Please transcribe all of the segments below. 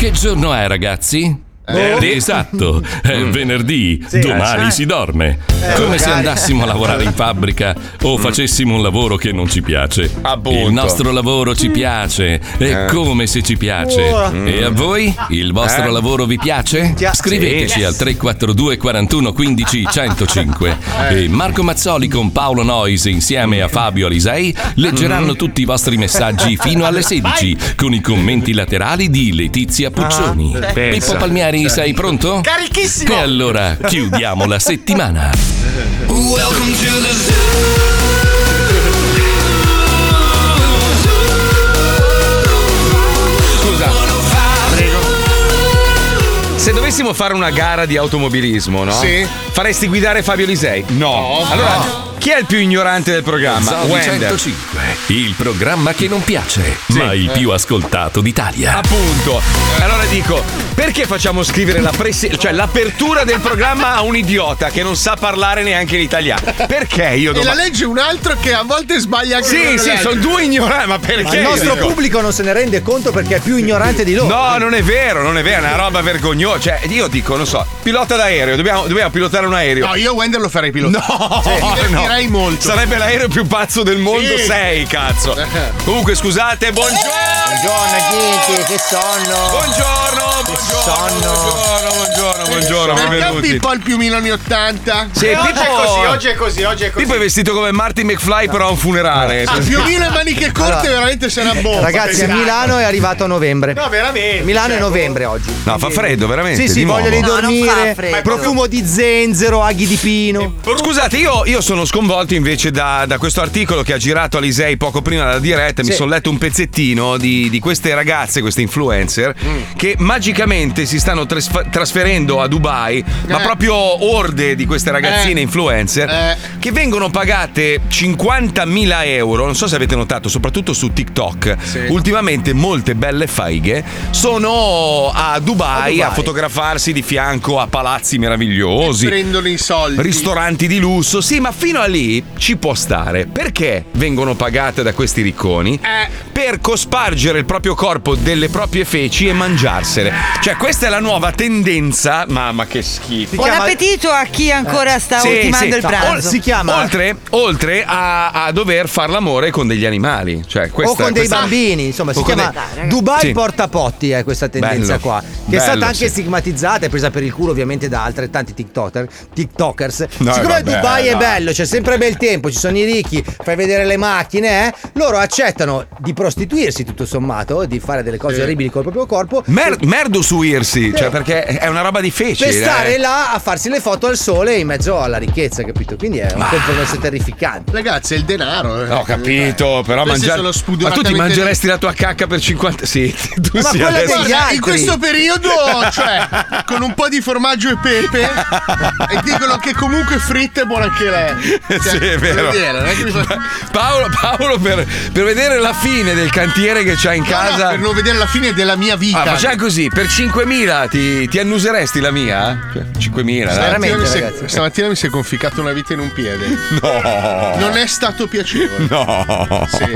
Che giorno è, ragazzi? Esatto, è venerdì, domani si dorme. Come se andassimo a lavorare in fabbrica o facessimo un lavoro che non ci piace. Il nostro lavoro ci piace, è come se ci piace. E a voi? Il vostro lavoro vi piace? Scriveteci al 342 41 15 105 e Marco Mazzoli con Paolo Noyes insieme a Fabio Alisei leggeranno tutti i vostri messaggi fino alle 16 con i commenti laterali di Letizia Puccioni. Pippo Palmieri, sei pronto? Carichissimo! E allora chiudiamo la settimana. Welcome to the zoo. Scusa, prego. Se dovessimo fare una gara di automobilismo, no? Sì. Faresti guidare Fabio Lisei? No. Allora, chi è il più ignorante del programma? Wender. 105, il programma che non piace, ma il più ascoltato d'Italia. Appunto. Allora dico, perché facciamo scrivere l'apertura del programma a un idiota che non sa parlare neanche l'italiano? Perché io E la legge un altro che a volte sbaglia anche. Sì, sono due ignoranti, ma perché? Ma il nostro pubblico non se ne rende conto perché è più ignorante di loro. No, non è vero, è una roba vergognosa. Cioè, io dico, non so, pilota d'aereo, dobbiamo pilotare un aereo. No, io Wender lo farei pilotare. No, direi molto. Sarebbe l'aereo più pazzo del mondo, Sì. sei, cazzo. Comunque, scusate, buongiorno. Buongiorno, che sonno. Buongiorno, Perché benvenuti. Pippo al più 1 anni 80? Sì, Oggi è così. Pippo è vestito come Marty McFly, però a un funerale. Piumino e maniche corte, veramente se ne bomba. Ragazzi, a Milano è arrivato a novembre. No, veramente. Milano è novembre oggi. No, fa freddo, veramente. Sì, voglia di nuovo. dormire. freddo. Profumo di zenzero, aghi di pino. Scusate, io sono sconvolto invece da questo articolo che ha girato Alisei poco prima della diretta. Mi sono letto un pezzettino di queste ragazze, queste influencer, che magicamente si stanno trasferendo a Dubai, ma proprio orde di queste ragazzine influencer che vengono pagate 50.000 euro. Non so se avete notato, soprattutto su TikTok. Ultimamente molte belle faighe sono a Dubai a fotografarsi di fianco a palazzi meravigliosi, prendono i soldi, ristoranti di lusso. Sì, ma fino a lì ci può stare. Perché vengono pagate da questi ricconi? Per cospargere il proprio corpo delle proprie feci e mangiarsele. Cioè, questa è la nuova tendenza. Mamma, che schifo. Buon appetito a chi ancora sta ultimando il pranzo. Si chiama oltre a dover far l'amore con degli animali. Cioè, o con dei bambini, insomma, si chiama Dubai portapotti, questa tendenza Bello. qua, che Bello, è stata anche sì. stigmatizzata e presa per il culo ovviamente da altrettanti tiktokers. No, Siccome vabbè, Dubai è no. bello, c'è sempre bel tempo, ci sono i ricchi, fai vedere le macchine, loro accettano di prostituirsi tutto sommato, di fare delle cose orribili col proprio corpo Merdo su Irsi, cioè, perché è una roba difficile. per stare là a farsi le foto al sole in mezzo alla ricchezza, capito? Quindi è un compromesso terrificante. Ragazzi, è il denaro. Ho capito, però Questi mangiare. sono Ma tu ti spudoratamente- mangeresti la tua cacca per 50? Sì, tu Ma sì, quella adesso. degli Guarda, altri. in questo periodo, cioè, con un po' di formaggio e pepe, e dicono che comunque fritta è buona anche lei. Cioè, Sì, è vero. voglio dire, non è che mi fa- Paolo per vedere la fine del cantiere che c'ha in No, casa. per non vedere la fine della mia vita. Facciamo così, per 5.000 ti annuseresti la mia? Cioè, 5.000, dai. Veramente, ragazzi. Stamattina mi si è conficcato una vita in un piede. No. Non è stato piacevole. No. Sì.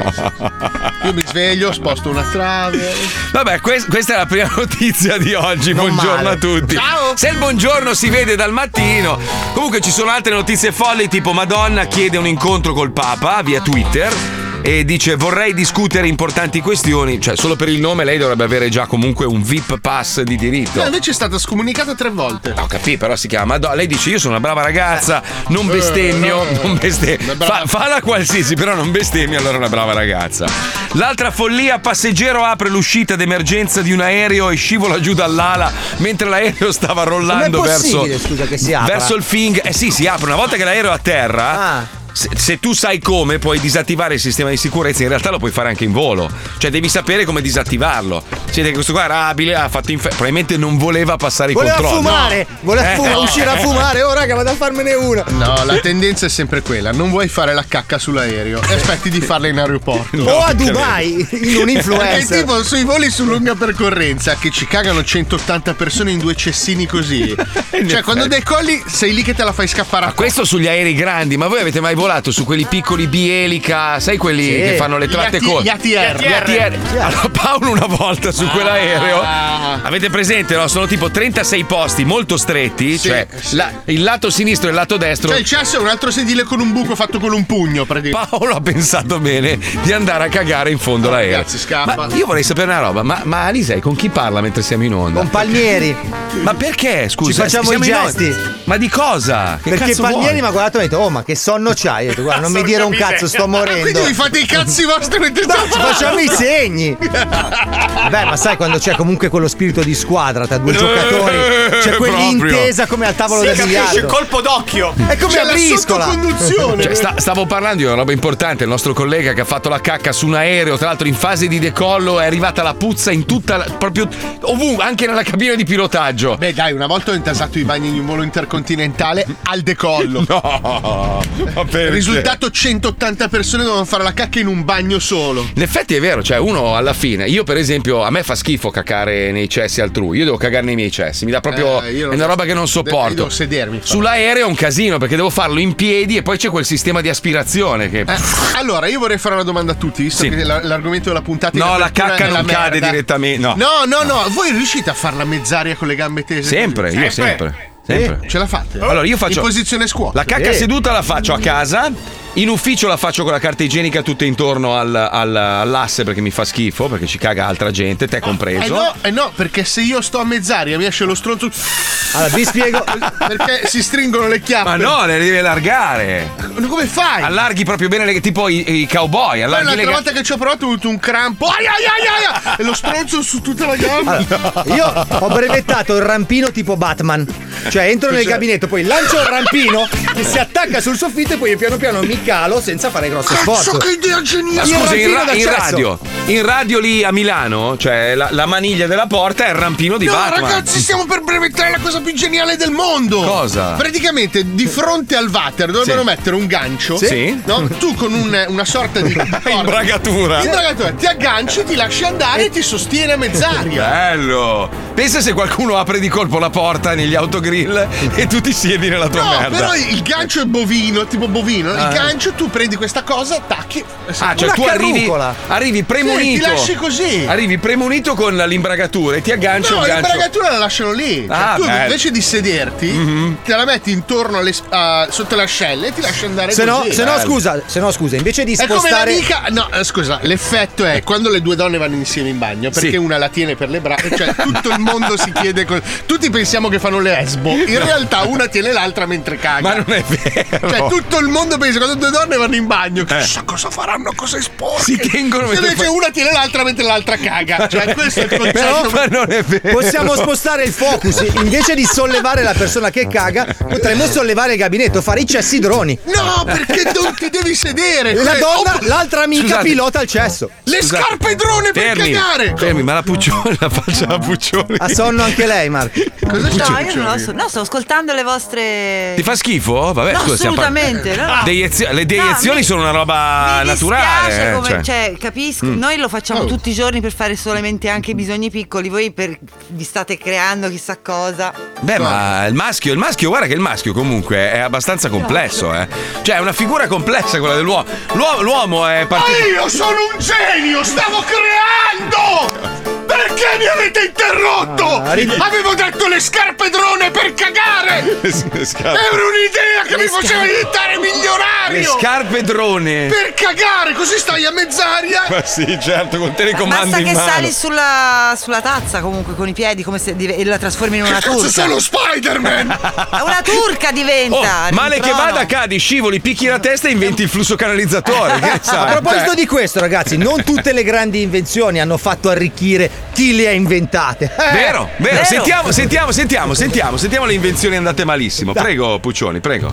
Io mi sveglio, sposto una trave. Vabbè, questa è la prima notizia di oggi. Non Buongiorno male. a tutti. Ciao. Se il buongiorno si vede dal mattino. Comunque ci sono altre notizie folli, tipo Madonna chiede un incontro col Papa via Twitter e dice vorrei discutere importanti questioni. Cioè, solo per il nome lei dovrebbe avere già comunque un VIP pass di diritto. No, invece è stata scomunicata 3 volte. Ho capito, però si chiama Madonna. Lei dice io sono una brava ragazza, non bestemmio, non bestemmio. Falla qualsiasi, però non bestemmio, allora è una brava ragazza. L'altra follia, passeggero apre l'uscita d'emergenza di un aereo e scivola giù dall'ala mentre l'aereo stava rollando Com'è verso possibile, scusa, che si apra? verso il Fing. Sì, si apre. Una volta che l'aereo è a terra. Se tu sai come puoi disattivare il sistema di sicurezza, in realtà lo puoi fare anche in volo. Cioè devi sapere come disattivarlo. Siete che questo qua era abile, ha fatto probabilmente non voleva passare i controlli. Voleva uscire a fumare. Oh raga, vado a farmene una. No, la tendenza è sempre quella. Non vuoi fare la cacca sull'aereo e aspetti di farla in aeroporto. O a Dubai, in un influencer. È tipo sui voli su lunga percorrenza che ci cagano 180 persone in 2 cestini così. Cioè quando decolli sei lì che te la fai scappare a Questo sugli aerei grandi, ma voi avete mai volato su quelli piccoli bielica, sai quelli che fanno le tratte corte? Gli ATR. Allora Paolo una volta su quell'aereo Avete presente, no? Sono tipo 36 posti molto stretti, Sì, cioè sì. il lato sinistro e il lato destro. Cioè il cesso è un altro sedile con un buco fatto con un pugno, praticamente. Paolo ha pensato bene di andare a cagare in fondo all'aereo. Ragazzi, scappa. Ma io vorrei sapere una roba, ma Alisei con chi parla mentre siamo in onda? Con Palmieri. Ma perché? Scusa, Ci facciamo siamo i in onda. gesti. Ma di cosa? Che Perché cazzo Palmieri vuoi? mi ha guardato e mi ha detto: oh, ma che sonno c'hai? Io ho detto, guarda, non mi dire un cazzo, sto morendo. Quindi vi fate i cazzi vostri mentre No, ci facciamo i segni. Beh, ma sai quando c'è comunque quello spirito di squadra tra due giocatori, c'è quell'intesa come al tavolo del biliardo. Colpo d'occhio. È come C'è a la briscola. sottoconduzione. Cioè, stavo parlando di una roba importante. Il nostro collega che ha fatto la cacca su un aereo, tra l'altro in fase di decollo, è arrivata la puzza in tutta proprio ovunque, anche nella cabina di pilotaggio. Beh dai, una volta ho intasato i bagni di un volo intercontinentale al decollo. No, ma perché? Risultato: 180 persone dovevano fare la cacca in un bagno solo. In effetti è vero, cioè uno alla fine, io per esempio, a me fa schifo cacare nei cessi altrui, io devo cagare nei miei cessi, mi dà proprio, Io è una roba che non Io sopporto. devo sedermi. Sull'aereo è un casino perché devo farlo in piedi e poi c'è quel sistema di aspirazione che... Allora, io vorrei fare una domanda a tutti, visto Sì. che l'argomento della puntata in No, la apertura cacca è la non cade merda. direttamente, no. No, voi riuscite a farla mezz'aria con le gambe tese? Sempre, io sempre. Ce la fate? Allora io faccio in posizione squat. la cacca seduta la faccio a casa, in ufficio la faccio con la carta igienica tutta intorno all'asse perché mi fa schifo, perché ci caga altra gente, te compreso. No, perché se io sto a mezz'aria mi esce lo stronzo. Allora, vi spiego. Perché si stringono le chiappe. Ma no, le devi allargare. Come fai? Allarghi proprio bene tipo i cowboy, Poi allarghi le l'altra volta che ci ho provato ho avuto un crampo. Ai. E lo stronzo su tutta la gamba. Io ho brevettato il rampino tipo Batman. Cioè entro nel gabinetto, poi lancio il rampino che si attacca sul soffitto e poi piano piano mi calo senza fare grosso sforzo. Cazzo, che idea geniale! Scusa, Il rampino d'accesso. in radio lì a Milano, cioè la maniglia della porta è il rampino di No, Batman. ragazzi, stiamo per brevettare la cosa più geniale del mondo. Cosa? Praticamente di fronte al water dovrebbero mettere un gancio. Sì. No? Tu con una sorta di Imbragatura. ti agganci, ti lasci andare e ti sostiene a mezz'aria. Bello. Pensa se qualcuno apre di colpo la porta negli autogrill e tu ti siedi nella tua No, merda. però il gancio è bovino, tipo bovino. Il gancio, tu prendi questa cosa, attacchi. Ah, cioè Una tu carrucola. arrivi premunito. Ti lasci così. Arrivi premunito con l'imbragatura e ti agganci No, un gancio. l'imbragatura la lasciano lì. Ah, tu bello. invece di sederti, te la metti intorno sotto le ascelle e ti lasci andare Se no, così. se no, scusa, invece di È come spostare. l'amica. No, scusa, l'effetto è quando le due donne vanno insieme in bagno, perché Sì. una la tiene per le braccia, cioè tutto il mondo si chiede. Tutti pensiamo che fanno le esbo. In realtà una tiene l'altra mentre caga. Ma non è vero. Cioè, tutto il mondo pensa quando due donne vanno in bagno, chissà cosa faranno, cosa sporche. Si tengono E mentre invece una tiene l'altra mentre l'altra caga. Cioè, questo è il concetto. Però- Ma non è vero. Possiamo spostare il focus. Invece di sollevare la persona che caga, potremmo sollevare il gabinetto, fare i cessi droni. No, perché non ti devi sedere. La donna, Oh, l'altra amica Scusate. pilota il cesso. le Scusate. scarpe drone per Fermi, cagare. fermi, ma la Puccioni, la faccia la Puccioni. Ha sonno anche lei, Marco. Cosa c'è? No, io non lo so. No, sto ascoltando le vostre. Ti fa schifo? Vabbè, No, scusa, stiamo assolutamente, no. Le deiezioni mi- sono una roba Mi naturale. dispiace come, cioè. cioè, capisco. Noi lo facciamo tutti i giorni per fare solamente anche i bisogni piccoli. Voi vi state creando chissà cosa. Beh, ma il maschio, guarda che il maschio comunque è abbastanza complesso, eh. Cioè, è una figura complessa quella dell'uomo. L'uomo è partito. Io sono un genio, stavo creando! Perché mi avete interrotto? Avevo detto le scarpe drone per cagare! Era un'idea che mi faceva diventare Le milionario! scarpe drone. Per cagare, così stai a mezz'aria! Ma sì, certo, con telecomandi Basta in che mano. sali sulla tazza comunque con i piedi come se e la trasformi in una Cazzo, turca. sono Spider-Man! Una turca Oh, diventa. male che Rintrono. vada, cadi, scivoli, picchi la testa e inventi il flusso canalizzatore. Che ne sai? A proposito di questo, ragazzi, non tutte le grandi invenzioni hanno fatto arricchire chi le ha inventate. Vero. Vero. Sentiamo le invenzioni andate malissimo. Prego, Puccioni, prego.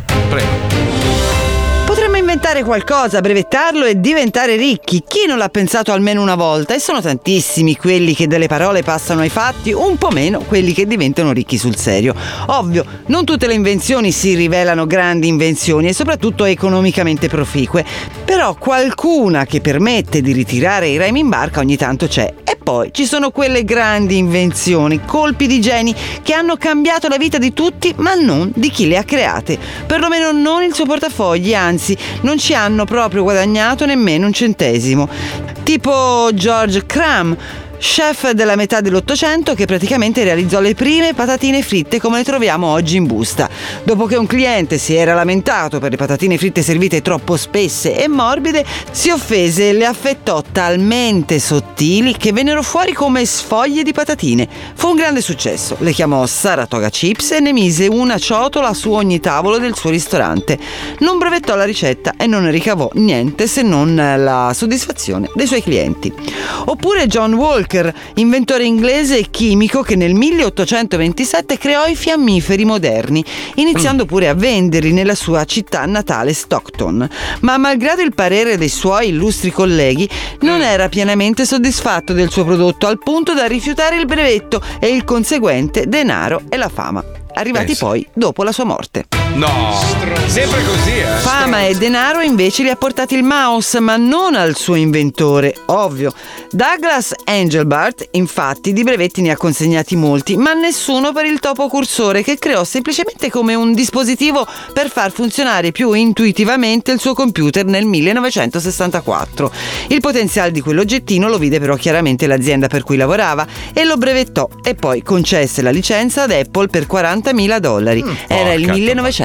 Potremmo inventare qualcosa, brevettarlo e diventare ricchi. Chi non l'ha pensato almeno una volta? E sono tantissimi quelli che dalle parole passano ai fatti, un po' meno quelli che diventano ricchi sul serio. Ovvio, non tutte le invenzioni si rivelano grandi invenzioni e soprattutto economicamente proficue, però qualcuna che permette di ritirare i remi in barca ogni tanto c'è. E poi ci sono quelle grandi invenzioni, colpi di geni che hanno cambiato la vita di tutti, ma non di chi le ha create. Perlomeno non il suo portafogli, anzi, non ci hanno proprio guadagnato nemmeno un centesimo. Tipo George Crumb, chef della metà dell'Ottocento che praticamente realizzò le prime patatine fritte come le troviamo oggi in busta. Dopo che un cliente si era lamentato per le patatine fritte servite troppo spesse e morbide, si offese e le affettò talmente sottili che vennero fuori come sfoglie di patatine. Fu un grande successo, le chiamò Saratoga Chips e ne mise una ciotola su ogni tavolo del suo ristorante. Non brevettò la ricetta e non ne ricavò niente se non la soddisfazione dei suoi clienti. Oppure John Walker, inventore inglese e chimico che nel 1827 creò i fiammiferi moderni, iniziando pure a venderli nella sua città natale Stockton. Ma malgrado il parere dei suoi illustri colleghi, non era pienamente soddisfatto del suo prodotto al punto da rifiutare il brevetto e il conseguente denaro e la fama, arrivati poi dopo la sua morte. No, sempre così, Fama e denaro invece li ha portati il mouse, ma non al suo inventore, ovvio. Douglas Engelbart, infatti, di brevetti ne ha consegnati molti, ma nessuno per il topo cursore, che creò semplicemente come un dispositivo per far funzionare più intuitivamente il suo computer nel 1964. Il potenziale di quell'oggettino lo vide però chiaramente l'azienda per cui lavorava e lo brevettò e poi concesse la licenza ad Apple per $40.000. Era il 1964.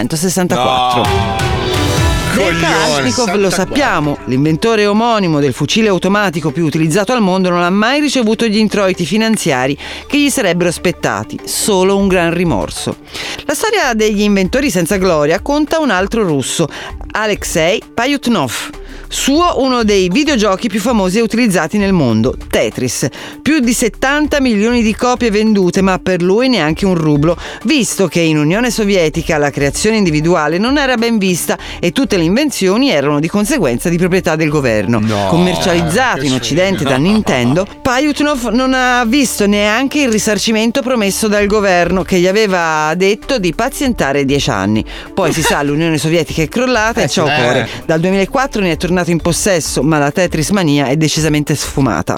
Del Kalashnikov lo sappiamo, l'inventore omonimo del fucile automatico più utilizzato al mondo non ha mai ricevuto gli introiti finanziari che gli sarebbero spettati, solo un gran rimorso. La storia degli inventori senza gloria conta un altro russo, Alexei Pajutnov. Suo uno dei videogiochi più famosi e utilizzati nel mondo, Tetris. Più di 70 milioni di copie vendute, ma per lui neanche un rublo, visto che in Unione Sovietica la creazione individuale non era ben vista e tutte le invenzioni erano di conseguenza di proprietà del governo. Commercializzato in Occidente da Nintendo, Pajutnov non ha visto neanche il risarcimento promesso dal governo, che gli aveva detto di pazientare 10 anni. Poi si sa, l'Unione Sovietica è crollata e ciao cuore. Dal 2004 ne è tornato in possesso, ma la Tetris mania è decisamente sfumata.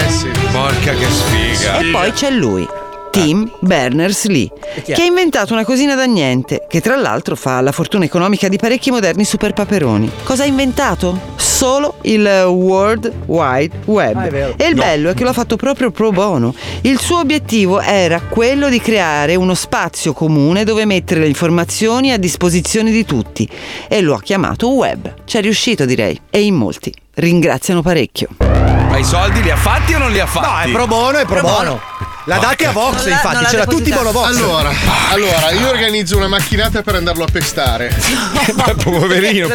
Porca che sfiga. E poi c'è lui, Tim Berners-Lee, che ha inventato una cosina da niente, che tra l'altro fa la fortuna economica di parecchi moderni super paperoni. Cosa ha inventato? Solo il World Wide Web. E il bello è che l'ha fatto proprio pro bono. Il suo obiettivo era quello di creare uno spazio comune dove mettere le informazioni a disposizione di tutti, e lo ha chiamato web. Ci è riuscito, direi, e in molti ringraziano parecchio. Ma i soldi li ha fatti o non li ha fatti? No, è pro bono, è pro bono. La date a Vox, infatti, c'era tutti bono Vox. Allora, io organizzo una macchinata per andarlo a pestare. Poverino,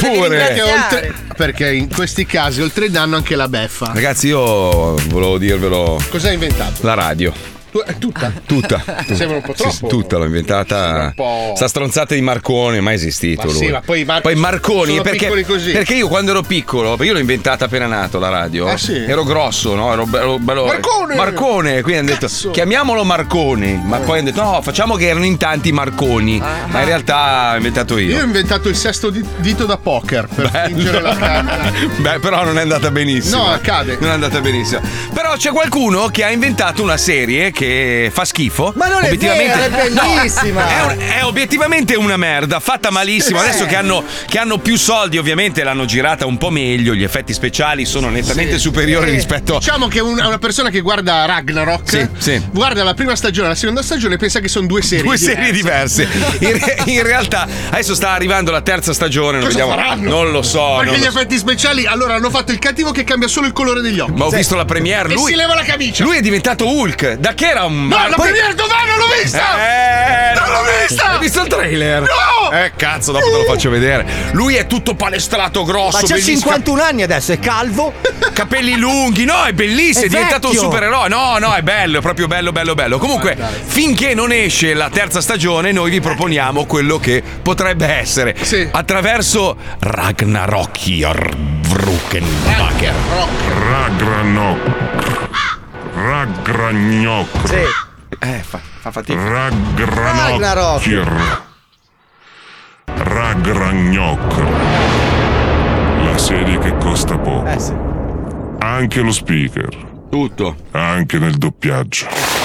pure. Perché in questi casi, oltre il danno, anche la beffa. Ragazzi, io volevo dirvelo. Cosa hai inventato? La radio. Tutta? Sembra un po' troppo. Sì, tutta l'ho inventata. Sta stronzata di Marconi, non è mai esistito lui. Sì, ma poi Marconi, sono piccoli così. Perché io quando ero piccolo, io l'ho inventata appena nato la radio. Sì? Ero grosso, no? Ero bello. Marcone! Quindi hanno detto chiamiamolo Marconi. Ma poi hanno detto no, facciamo che erano in tanti Marconi. Ma in realtà ho inventato io. Io ho inventato il sesto dito da poker per fingere la carta. Beh, però non è andata benissimo. No, accade. Non è andata benissimo. Però c'è qualcuno che ha inventato una serie che fa schifo. Ma non è vero, è bellissima. È obiettivamente una merda, fatta malissimo. Adesso che hanno più soldi, ovviamente l'hanno girata un po' meglio. Gli effetti speciali sono nettamente superiori rispetto. Diciamo che una persona che guarda Ragnarok guarda la prima stagione, la seconda stagione e pensa che sono due serie diverse. In realtà adesso sta arrivando la terza stagione. Faranno? Non lo so. Perché gli effetti speciali, allora hanno fatto il cattivo che cambia solo il colore degli occhi. Ma ho visto la premiere. E si leva la camicia. Lui è diventato Hulk. Da che era un. No, la premiere dov'è? Non l'ho vista! Non l'ho vista! Hai visto il trailer? No! Cazzo, dopo te lo faccio vedere. Lui è tutto palestrato, grosso. Ma c'ha bellissimo. 51 anni adesso, è calvo. Capelli lunghi, no, è bellissimo, è diventato un vecchio. supereroe. No, è bello, è proprio bello. Comunque, finché non esce la terza stagione, noi vi proponiamo quello che potrebbe essere. Sì. Attraverso Ragnarok Vrrukenbacher. Ragnarok. Sì. Fa fatica. Ragnarok. La serie che costa poco. Sì. Anche lo speaker. Tutto. Anche nel doppiaggio.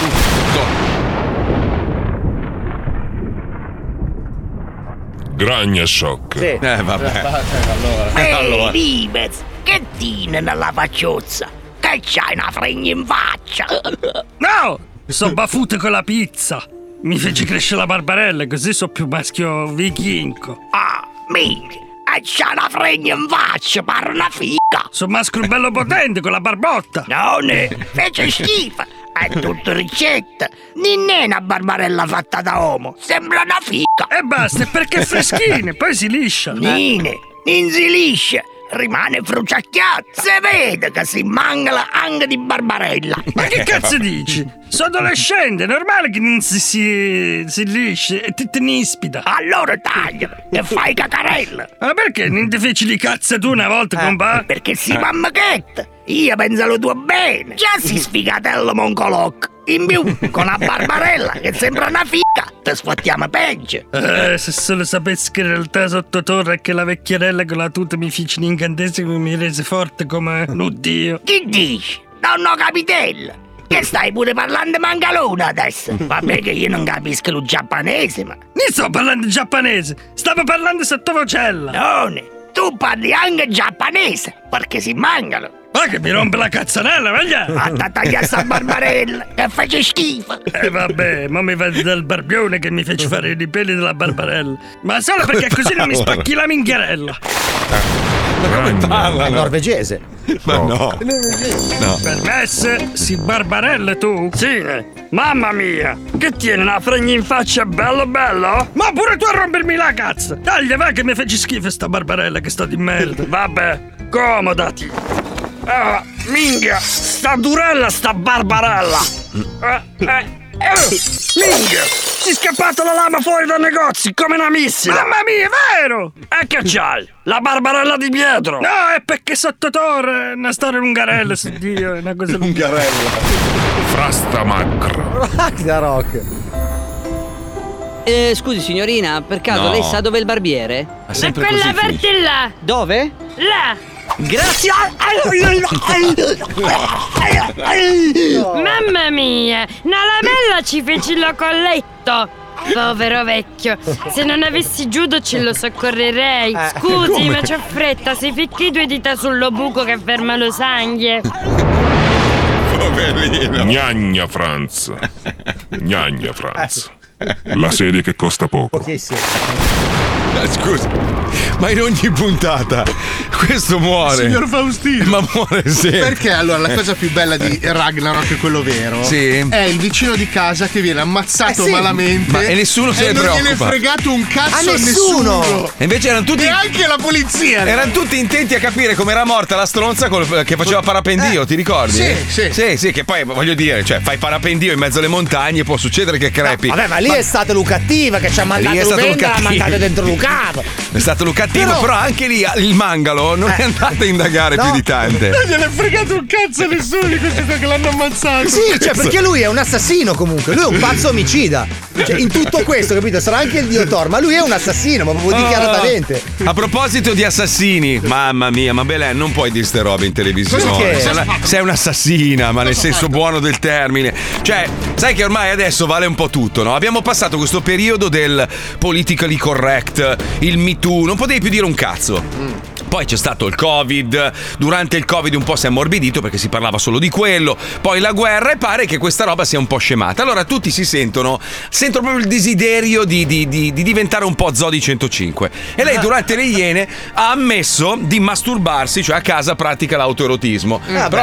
Gragna shock. Vabbè. Ehi, Libez, che tiene nella facciozza? Che c'hai una fregna in faccia? No! Sono baffute con la pizza. Mi fece crescere la barbarella, così so più maschio vichingo. Ah, minchia! E c'ha una fregna in faccia, pare una figa! Sono maschio bello potente con la barbotta. No, ne, fece schifo! È tutto ricetta! Non è una barbarella fatta da uomo, sembra una figa! E basta, è perché è freschina, poi si liscia. Nine, non si liscia! Rimane fruciacchiata! Si vede che si mangala anche di barbarella! Ma che cazzo dici? Sono adolescente, è normale che non si liscia e ti nispida. Allora tagliala e fai cacarella! Ma perché non ti feci di cazzo tu una volta, compà? Perché si mammachetta! Io penso lo tuo bene! Già si sfigatello moncolocco! In più, con la barbarella che sembra una figa, te sfottiamo peggio! Se solo sapessi che in realtà sotto torre che la vecchierella con la tuta mi fece un incantesimo e mi rese forte come un dio. Chi dici? Nonno Capitello! Che stai pure parlando mangalone adesso? Vabbè che io non capisco lo giapponese, ma... Non sto parlando giapponese, stavo parlando sottovocella. None, tu parli anche giapponese, perché si mangano. Ma che mi rompe la cazzarella, voglia! Fatta tagliare sta barbarella, che face schifo! Vabbè, ma mi vedi dal barbione che mi fece fare i peli della barbarella. Ma solo perché così non mi spacchi la minchiarella. Ma come parla? È norvegese. Ma no. No. Permesse? Si barbarella tu? Sì. Mamma mia, che tieni una fregna in faccia bello bello? Ma pure tu a rompermi la cazzo! Taglia, va che mi feci schifo sta barbarella che sta di merda. Vabbè, comodati. Ah, minchia, sta durella sta barbarella. Minchia, si è scappata la lama fuori dal negozio come una missile. Mamma mia, è vero! E che c'hai? La barbarella di Pietro? No, è perché sotto torre una storia lungarella, su Dio, è una cosa lungarella. Frasta macro. Da rock. Scusi signorina, per caso lei sa dove è il barbiere? È quella parte là. Dove? Là. Grazie. Mamma mia, una lamella ci fece il colletto. Povero vecchio, se non avessi judo ce lo soccorrerei. Scusi, come? ma c'ho fretta, si ficchi 2 dita sullo buco che ferma lo sangue. Poverino. Gnagna Franz. Gnagna Franz. La serie che costa poco. Scusa, ma in ogni puntata questo muore. Signor Faustino. Ma muore sempre. Perché allora la cosa più bella di Ragnarok, quello vero, è il vicino di casa che viene ammazzato malamente. E nessuno se ne preoccupa. Non gliene è fregato un cazzo a nessuno. E invece erano tutti. Neanche la polizia. Erano tutti intenti a capire come era morta la stronza che faceva parapendio, ti ricordi? Sì, che poi voglio dire, cioè fai parapendio in mezzo alle montagne, può succedere che crepi. Vabbè, ma lì è stata Lucattiva che ci ha mandato l'ha mandato dentro Lucato. È stato Lucattivo, però anche lì il Mangalo non è andato a indagare più di tante. Non gliene è fregato un cazzo a nessuno di questi che l'hanno ammazzato. Sì, cioè perché lui è un assassino comunque, lui è un pazzo omicida. Cioè, in tutto questo, capito? Sarà anche il dio Thor, ma lui è un assassino, ma proprio dichiaratamente. A proposito di assassini, mamma mia, ma Belen, non puoi dire ste robe in televisione. Sei un'assassina, ma nel senso buono del termine. Cioè, sai che ormai adesso vale un po' tutto, no? Abbiamo passato questo periodo del politically correct, il Me Too, non potevi più dire un cazzo. Poi c'è stato il Covid, durante il Covid un po' si è ammorbidito perché si parlava solo di quello, poi la guerra e pare che questa roba sia un po' scemata. Allora tutti sentono proprio il desiderio di diventare un po' Zodi 105. E lei durante le Iene ha ammesso di masturbarsi, cioè a casa pratica l'autoerotismo.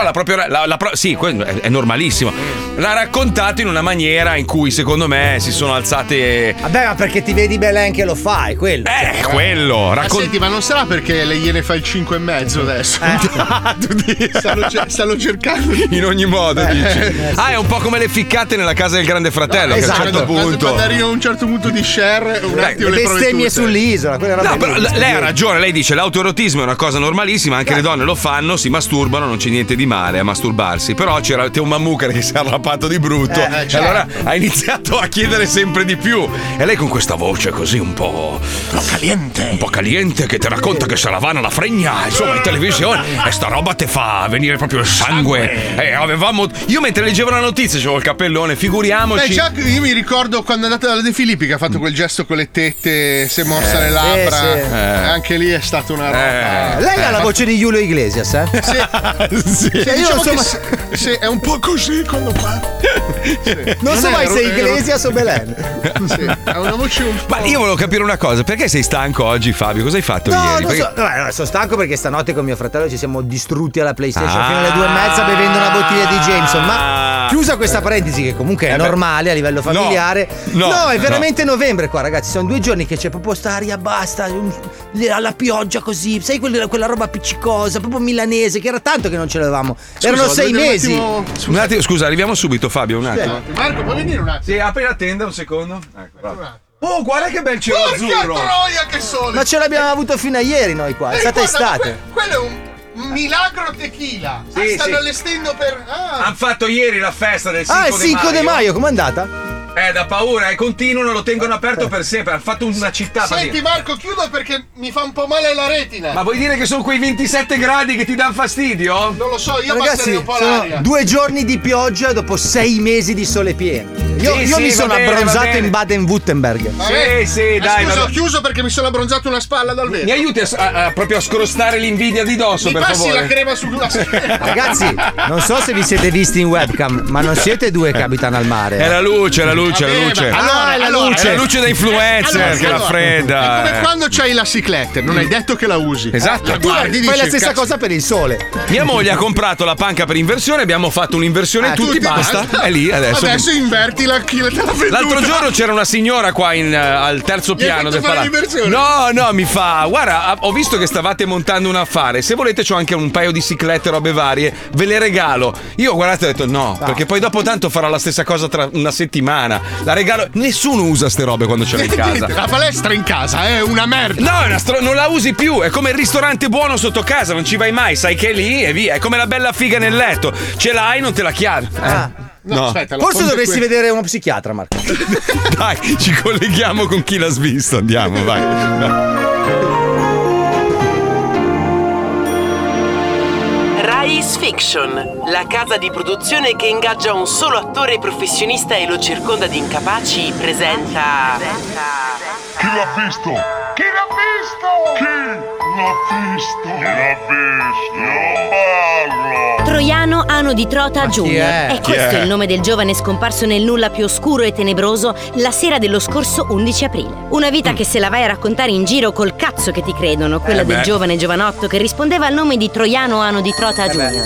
Però sì, è normalissimo. L'ha raccontato in una maniera in cui secondo me si sono alzate. Vabbè, ma perché ti vedi Belen che lo fai, quello. Quello. Senti, ma non sarà perché le Iene fa il 5,5 adesso? Tu dici. Stanno cercando in ogni modo, dici. È un po' come le ficcate nella casa del Grande Fratello, che a un certo punto. Quando arriva a un certo punto di share, un attimo le bestemmie sull'isola. No, però lei ha ragione, lei dice l'autoerotismo è una cosa normalissima, anche le donne lo fanno, si masturbano, non c'è niente di male a masturbarsi. Però c'è un mammucare che si è arrappato di brutto e allora ha iniziato a chiedere sempre di più. E lei con questa voce così un po' caliente che ti racconta che se la va nella fregnare, insomma, in televisione, e sta roba te fa venire proprio il sangue. Io mentre leggevo la notizia c'avevo il cappellone, figuriamoci. Già io mi ricordo quando è andata dalla De Filippi che ha fatto quel gesto con le tette, si è morsa le labbra. Anche lì è stata una roba. Lei ha la voce di Julio Iglesias, eh? Sì. Diciamo che è un po' così quando parla. Non so mai se è Iglesias o Belen. Sì, ha una voce un po'. Ma io volevo capire una cosa, perché sei stanco oggi, Fabio? Cosa hai fatto ieri? No, sono stanco perché stanotte con mio fratello ci siamo distrutti alla PlayStation fino alle 2:30 bevendo una bottiglia di Jameson. Ma chiusa questa parentesi, che comunque è normale a livello familiare. No, è veramente novembre qua, ragazzi. Sono 2 giorni che c'è proprio sta aria basta, la pioggia così. Sai quella roba appiccicosa, proprio milanese, che era tanto che non ce l'avevamo. Erano 6 mesi. Un attimo, scusa, arriviamo subito, Fabio. Un attimo. Marco, puoi venire un attimo? Sì, apri la tenda un secondo. Ecco, oh, guarda che bel cielo azzurro! Troia, che sole! Ma ce l'abbiamo avuto fino a ieri noi qua, è stata estate. Quello è un milagro tequila. Stanno allestendo per. Hanno fatto ieri la festa del 5 di maio. Il 5 di maio, com'è andata? Da paura, e continuano, lo tengono aperto per sempre. Hanno fatto una città. Senti Marco, chiudo perché mi fa un po' male la retina. Ma vuoi dire che sono quei 27 gradi che ti danno fastidio? Non lo so, io ragazzi, passerei un po' l'aria. 2 giorni di pioggia dopo 6 mesi di sole pieno. Io mi sono abbronzato in Baden-Württemberg. Sì, dai. Scusa, ho chiuso perché mi sono abbronzato una spalla dal vento. Mi aiuti proprio a scrostare l'invidia di dosso, per favore. Mi passi la crema sulla schiena. Ragazzi, non so se vi siete visti in webcam, ma non siete 2 che abitano al mare. È la luce. Vabbè, è la luce. È la luce da influencer che la fredda. È come quando c'hai la cicletta, non hai detto che la usi. Esatto. Tu fai la stessa cosa per il sole. Mia moglie ha comprato la panca per inversione, abbiamo fatto un'inversione tutti, basta. È lì adesso. Adesso inverti L'altro giorno c'era una signora qua al terzo piano del palazzo. No, mi fa: guarda, ho visto che stavate montando un affare. Se volete, c'ho anche un paio di ciclette, robe varie, ve le regalo. Io guardate, ho detto no, perché poi dopo tanto farò la stessa cosa tra una settimana. La regalo. Nessuno usa ste robe quando ce l'hai in casa. La palestra in casa è una merda. No, non la usi più. È come il ristorante buono sotto casa, non ci vai mai, sai che è lì e via. È come la bella figa nel letto. Ce l'hai, non te la chiavi. No, aspetta, forse dovresti vedere uno psichiatra, Marco. Dai, ci colleghiamo con chi l'ha svisto. Andiamo, vai. Rise Fiction, la casa di produzione che ingaggia un solo attore professionista e lo circonda di incapaci, presenta. Chi l'ha visto? Chi l'ha visto? Chi l'ha visto? Chi l'ha visto? Non parlo! Troiano Ano di Trota Junior. È questo il nome del giovane scomparso nel nulla più oscuro e tenebroso la sera dello scorso 11 aprile. Una vita che se la vai a raccontare in giro col cazzo che ti credono, quella del giovane giovanotto che rispondeva al nome di Troiano Ano di Trota Junior.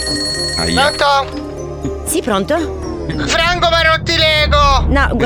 Pronto? Sì, pronto? Franco Marotti Lego! No,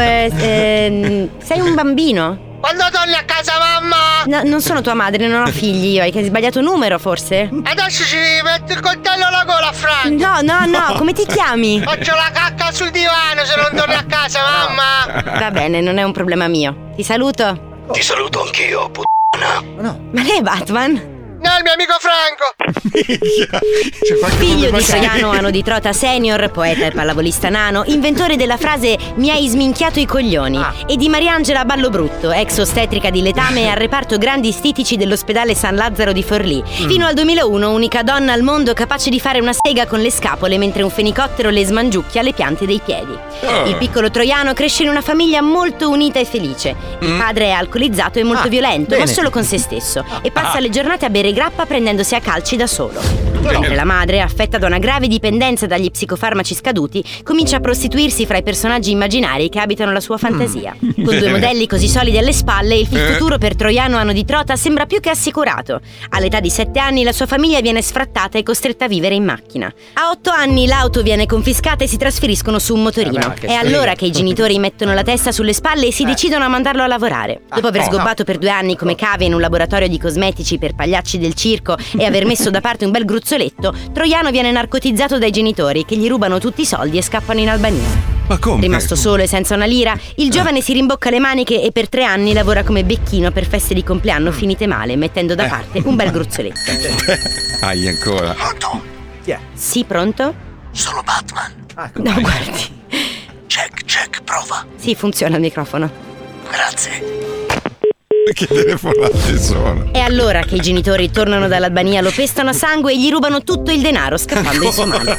sei un bambino? Quando torni a casa, mamma? No, non sono tua madre, non ho figli io. Hai sbagliato numero, forse? Adesso ci metti il coltello alla gola, Franco. No, come ti chiami? Faccio la cacca sul divano se non torni a casa, mamma. Va bene, non è un problema mio. Ti saluto. Ti saluto anch'io, puttana. No. Ma lei è Batman? No, il mio amico Franco. Figlio di Troiano Ano di Trota Senior, poeta e pallavolista nano, inventore della frase "mi hai sminchiato i coglioni", e di Mariangela Ballobrutto, ex ostetrica di letame al reparto grandi stitici dell'ospedale San Lazzaro di Forlì. Fino al 2001 unica donna al mondo capace di fare una sega con le scapole mentre un fenicottero le smangiucchia le piante dei piedi. Il piccolo Troiano cresce in una famiglia molto unita e felice. Il padre è alcolizzato e molto violento, ma solo con se stesso, e passa le giornate a bere grappa prendendosi a calci da solo. Mentre la madre, affetta da una grave dipendenza dagli psicofarmaci scaduti, comincia a prostituirsi fra i personaggi immaginari che abitano la sua fantasia. Con 2 modelli così solidi alle spalle, il futuro per Troiano Ano di Trota sembra più che assicurato. All'età di 7 anni la sua famiglia viene sfrattata e costretta a vivere in macchina. A 8 anni l'auto viene confiscata e si trasferiscono su un motorino. È allora che i genitori mettono la testa sulle spalle e si decidono a mandarlo a lavorare. Dopo aver sgobbato per 2 anni come cave in un laboratorio di cosmetici per pagliacci del circo e aver messo da parte un bel gruzzoletto, Troiano viene narcotizzato dai genitori che gli rubano tutti i soldi e scappano in Albania. Ma come? Rimasto solo e senza una lira, il giovane si rimbocca le maniche e per 3 anni lavora come becchino per feste di compleanno finite male, mettendo da parte un bel gruzzoletto. Ancora. Pronto? Chi è? Sì, pronto? Sono Batman. No, guardi. Check, prova. Sì, funziona il microfono. Grazie. Che telefonate sono? È allora che i genitori tornano dall'Albania, lo pestano a sangue e gli rubano tutto il denaro scappando in Somalia.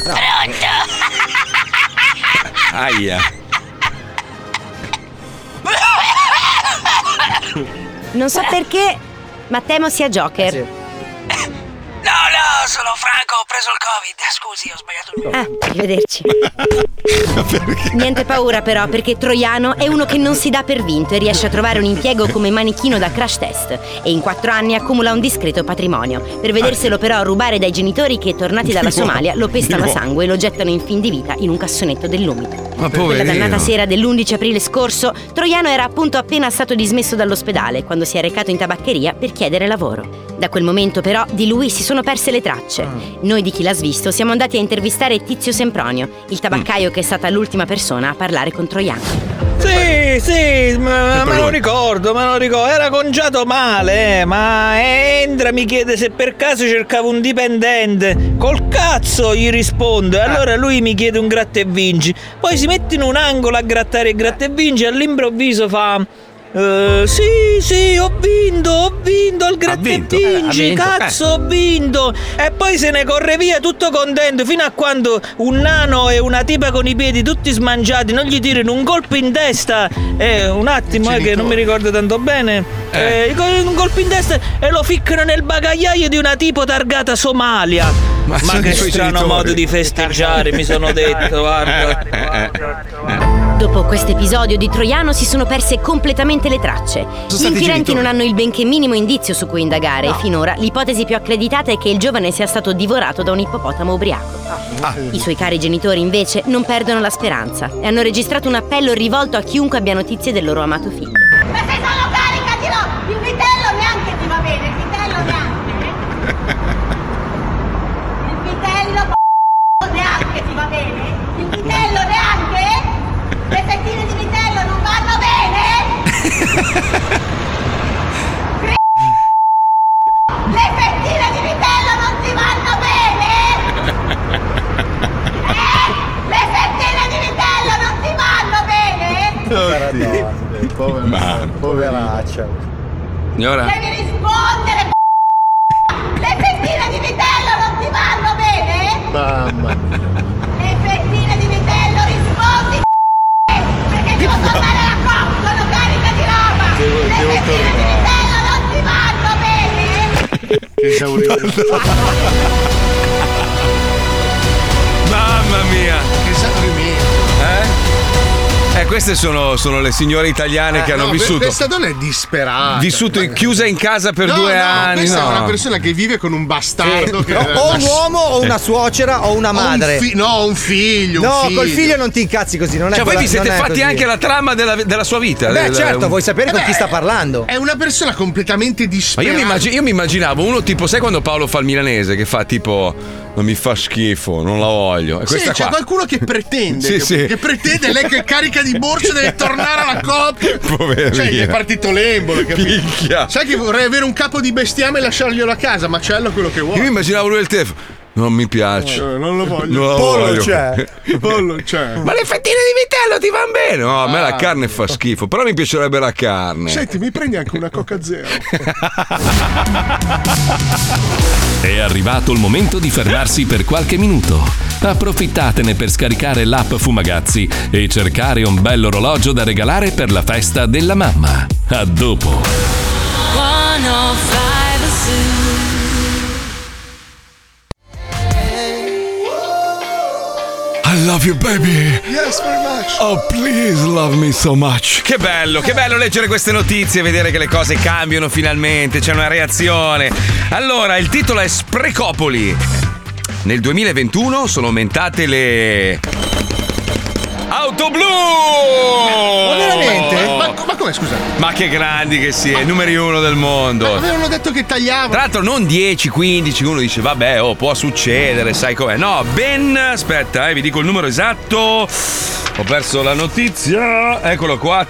Aia. Non so perché, ma temo sia Joker. No, sono Franco, ho preso il Covid. Scusi, ho sbagliato il numero. Arrivederci. Niente paura però, perché Troiano è uno che non si dà per vinto e riesce a trovare un impiego come manichino da crash test. E in 4 anni accumula un discreto patrimonio. Per vederselo però rubare dai genitori che, tornati dalla Somalia, lo pestano a sangue e lo gettano in fin di vita in un cassonetto dell'umido. Ma poverino. Quella dannata sera dell'11 aprile scorso, Troiano era appunto appena stato dismesso dall'ospedale quando si è recato in tabaccheria per chiedere lavoro. Da quel momento però di lui si sono perse le tracce. Noi di Chi l'ha svisto siamo andati a intervistare Tizio Sempronio, il tabaccaio che è stata l'ultima persona a parlare con Troiano. Sì, me lo ricordo, era conciato male, ma entra, mi chiede se per caso cercavo un dipendente. Col cazzo gli rispondo, e allora lui mi chiede un gratta e vinci. Poi si mette in un angolo a grattare il gratta e vinci e all'improvviso fa... sì, ho vinto il gratta e vinci, cazzo, ho vinto. E poi se ne corre via tutto contento, fino a quando un nano e una tipa con i piedi tutti smangiati non gli tirano un colpo in testa. Un attimo, che non mi ricordo tanto bene. Un colpo in testa e lo ficcano nel bagagliaio di una tipo targata Somalia. Ma che strano modo di festeggiare, mi sono detto, guarda. Dopo questo episodio di Troiano si sono perse completamente le tracce. Gli inquirenti non hanno il benché minimo indizio su cui indagare e finora l'ipotesi più accreditata è che il giovane sia stato divorato da un ippopotamo ubriaco. I suoi cari genitori invece non perdono la speranza e hanno registrato un appello rivolto a chiunque abbia notizie del loro amato figlio. Ma sei solo carica, il vitello neanche ti va bene, il vitello neanche. Il vitello neanche ti va bene? Il vitello neanche? Le fettine di vitello non vanno bene? Le fettine di vitello non ti vanno bene? Le fettine di vitello non ti vanno bene? Poveraccia. Signora? Devi rispondere, le fettine di vitello non ti vanno bene? Mamma. Le fettine di vitello rispondi, perché devo tornare alla COP, sono carica di roba. Le fettine di vitello non ti vanno bene? Che esaurimento. Mamma mia. Che esaurimento. Queste sono le signore italiane che hanno vissuto. Questa donna è disperata. Vissuto chiusa in casa per 2 anni. Questa è una persona che vive con un bastardo. Che o un uomo o una suocera o una madre. Un figlio. No, col figlio non ti incazzi così. Non è voi vi siete fatti così. Anche la trama della sua vita. Beh, certo, vuoi sapere con chi sta parlando. È una persona completamente disperata. Ma io mi immaginavo uno tipo, sai quando Paolo fa il milanese che fa tipo non mi fa schifo, non la voglio. E questa c'è qualcuno che pretende. Che pretende, lei che è carica di borsa deve tornare alla coppia. Poverina. Cioè, gli è partito l'embolo, capito? Sai che vorrei avere un capo di bestiame e lasciarglielo a casa, macello quello che vuoi. Io mi immaginavo lui al telefono. Non mi piace. Non lo voglio. Pollo c'è. Ma le fettine di vitello ti vanno bene? No, a me la carne fa schifo, però mi piacerebbe la carne. Senti, mi prendi anche una Coca Zero. È arrivato il momento di fermarsi per qualche minuto. Approfittatene per scaricare l'app Fumagazzi e cercare un bello orologio da regalare per la festa della mamma. A dopo. I love you, baby. Yes, very much. Oh, please love me so much. Che bello leggere queste notizie e vedere che le cose cambiano finalmente. C'è una reazione. Allora, il titolo è Sprecopoli. Nel 2021 sono aumentate le auto blu. Ma veramente? Ma come, scusa? Ma che grandi che si è, numeri 1 del mondo. Avevano detto che tagliavano. Tra l'altro non 10, 15, uno dice vabbè, può succedere, sai com'è. No, ben, aspetta, vi dico il numero esatto. Ho perso la notizia. Eccolo qua,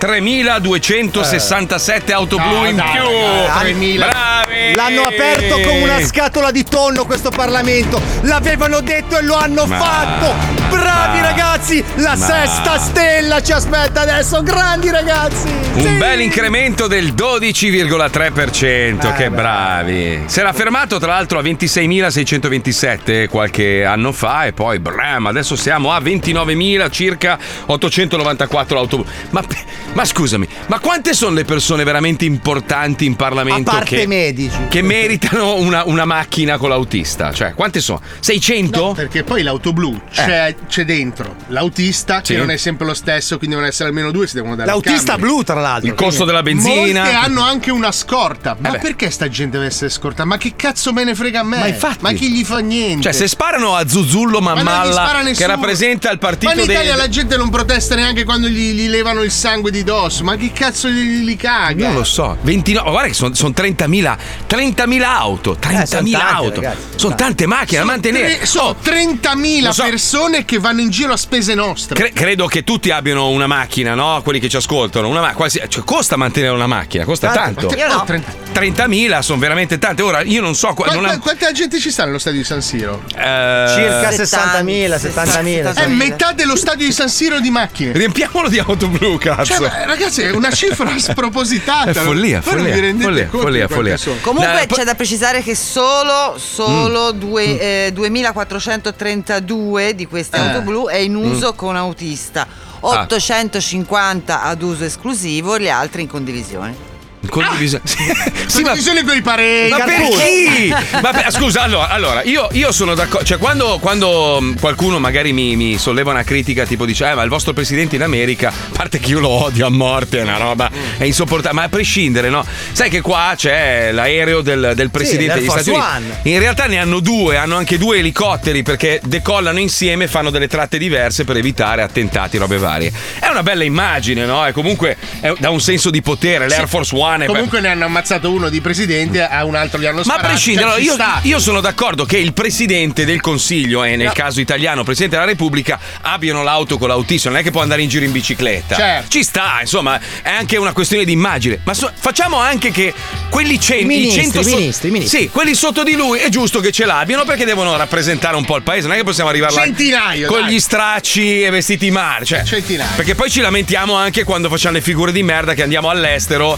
3.267 auto blu in più. 3.000. Bravi. L'hanno aperto come una scatola di tonno questo Parlamento. L'avevano detto e lo hanno fatto. Bravi ragazzi, la sesta stella ci aspetta adesso. Grandi ragazzi. Un bel incremento del 12,3%. Che bravi. Si era fermato tra l'altro a 26.627 qualche anno fa e poi adesso siamo a 29.000 circa 894 autobus. Ma scusami, ma quante sono le persone veramente importanti in Parlamento a parte medici che meritano una macchina con l'autista? Cioè, quante sono? 600? No, perché poi l'auto blu c'è dentro l'autista che non è sempre lo stesso, quindi devono essere almeno due, si devono dare l'autista blu, tra l'altro. Il costo della benzina. Molte hanno anche una scorta. Ma perché sta gente deve essere scorta? Ma che cazzo me ne frega a me? Ma infatti. Ma chi gli fa niente? Cioè, se sparano a Zuzzullo Mammalla, che rappresenta il partito ma in Italia la gente non protesta neanche quando gli levano il sangue di dosso. Ma che cazzo li caga? Non lo so. 29, guarda che sono 30.000 auto. 30.000 auto. Sono tante macchine da mantenere. Sono 30.000 persone che vanno in giro a spese nostre. Credo che tutti abbiano una macchina, no? Quelli che ci ascoltano. Cioè, costa mantenere una macchina, costa tanto. Io no. 30.000 sono veramente tante. Ora, io non so. Quanta gente ci sta nello stadio di San Siro? Circa 60.000, 70.000. È metà dello stadio di San Siro di macchine. Riempiamolo di auto blu, cazzo. Cioè, ragazzi, è una cifra spropositata. È follia. Comunque c'è da precisare che solo 2.432 di queste auto blu è in uso con autista, 850 ad uso esclusivo, gli altri in condivisione. Condivisione. Condivisione con i parenti. Ma per chi? Scusa, allora io sono d'accordo. Cioè, quando qualcuno magari mi solleva una critica, tipo dice: ma il vostro presidente in America, a parte che io lo odio a morte, è una roba, è insopportabile. Ma a prescindere, no? Sai che qua c'è l'aereo del presidente degli Stati Uniti. In realtà ne hanno due, hanno anche due elicotteri perché decollano insieme e fanno delle tratte diverse per evitare attentati, robe varie. È una bella immagine, no? E comunque dà un senso di potere. L'Air Force One. Comunque ne hanno ammazzato uno di presidente, a un altro gli hanno sparato. Ma a prescindere, io sono d'accordo che il presidente del Consiglio e nel caso italiano presidente della Repubblica abbiano l'auto con l'autista, non è che può andare in giro in bicicletta. Certo. Ci sta, insomma, è anche una questione di immagine. Ma facciamo anche che quelli ministri. Sì, quelli sotto di lui è giusto che ce l'abbiano perché devono rappresentare un po' il paese, non è che possiamo arrivare là con gli stracci e vestiti male, cioè, centinaio. Perché poi ci lamentiamo anche quando facciamo le figure di merda che andiamo all'estero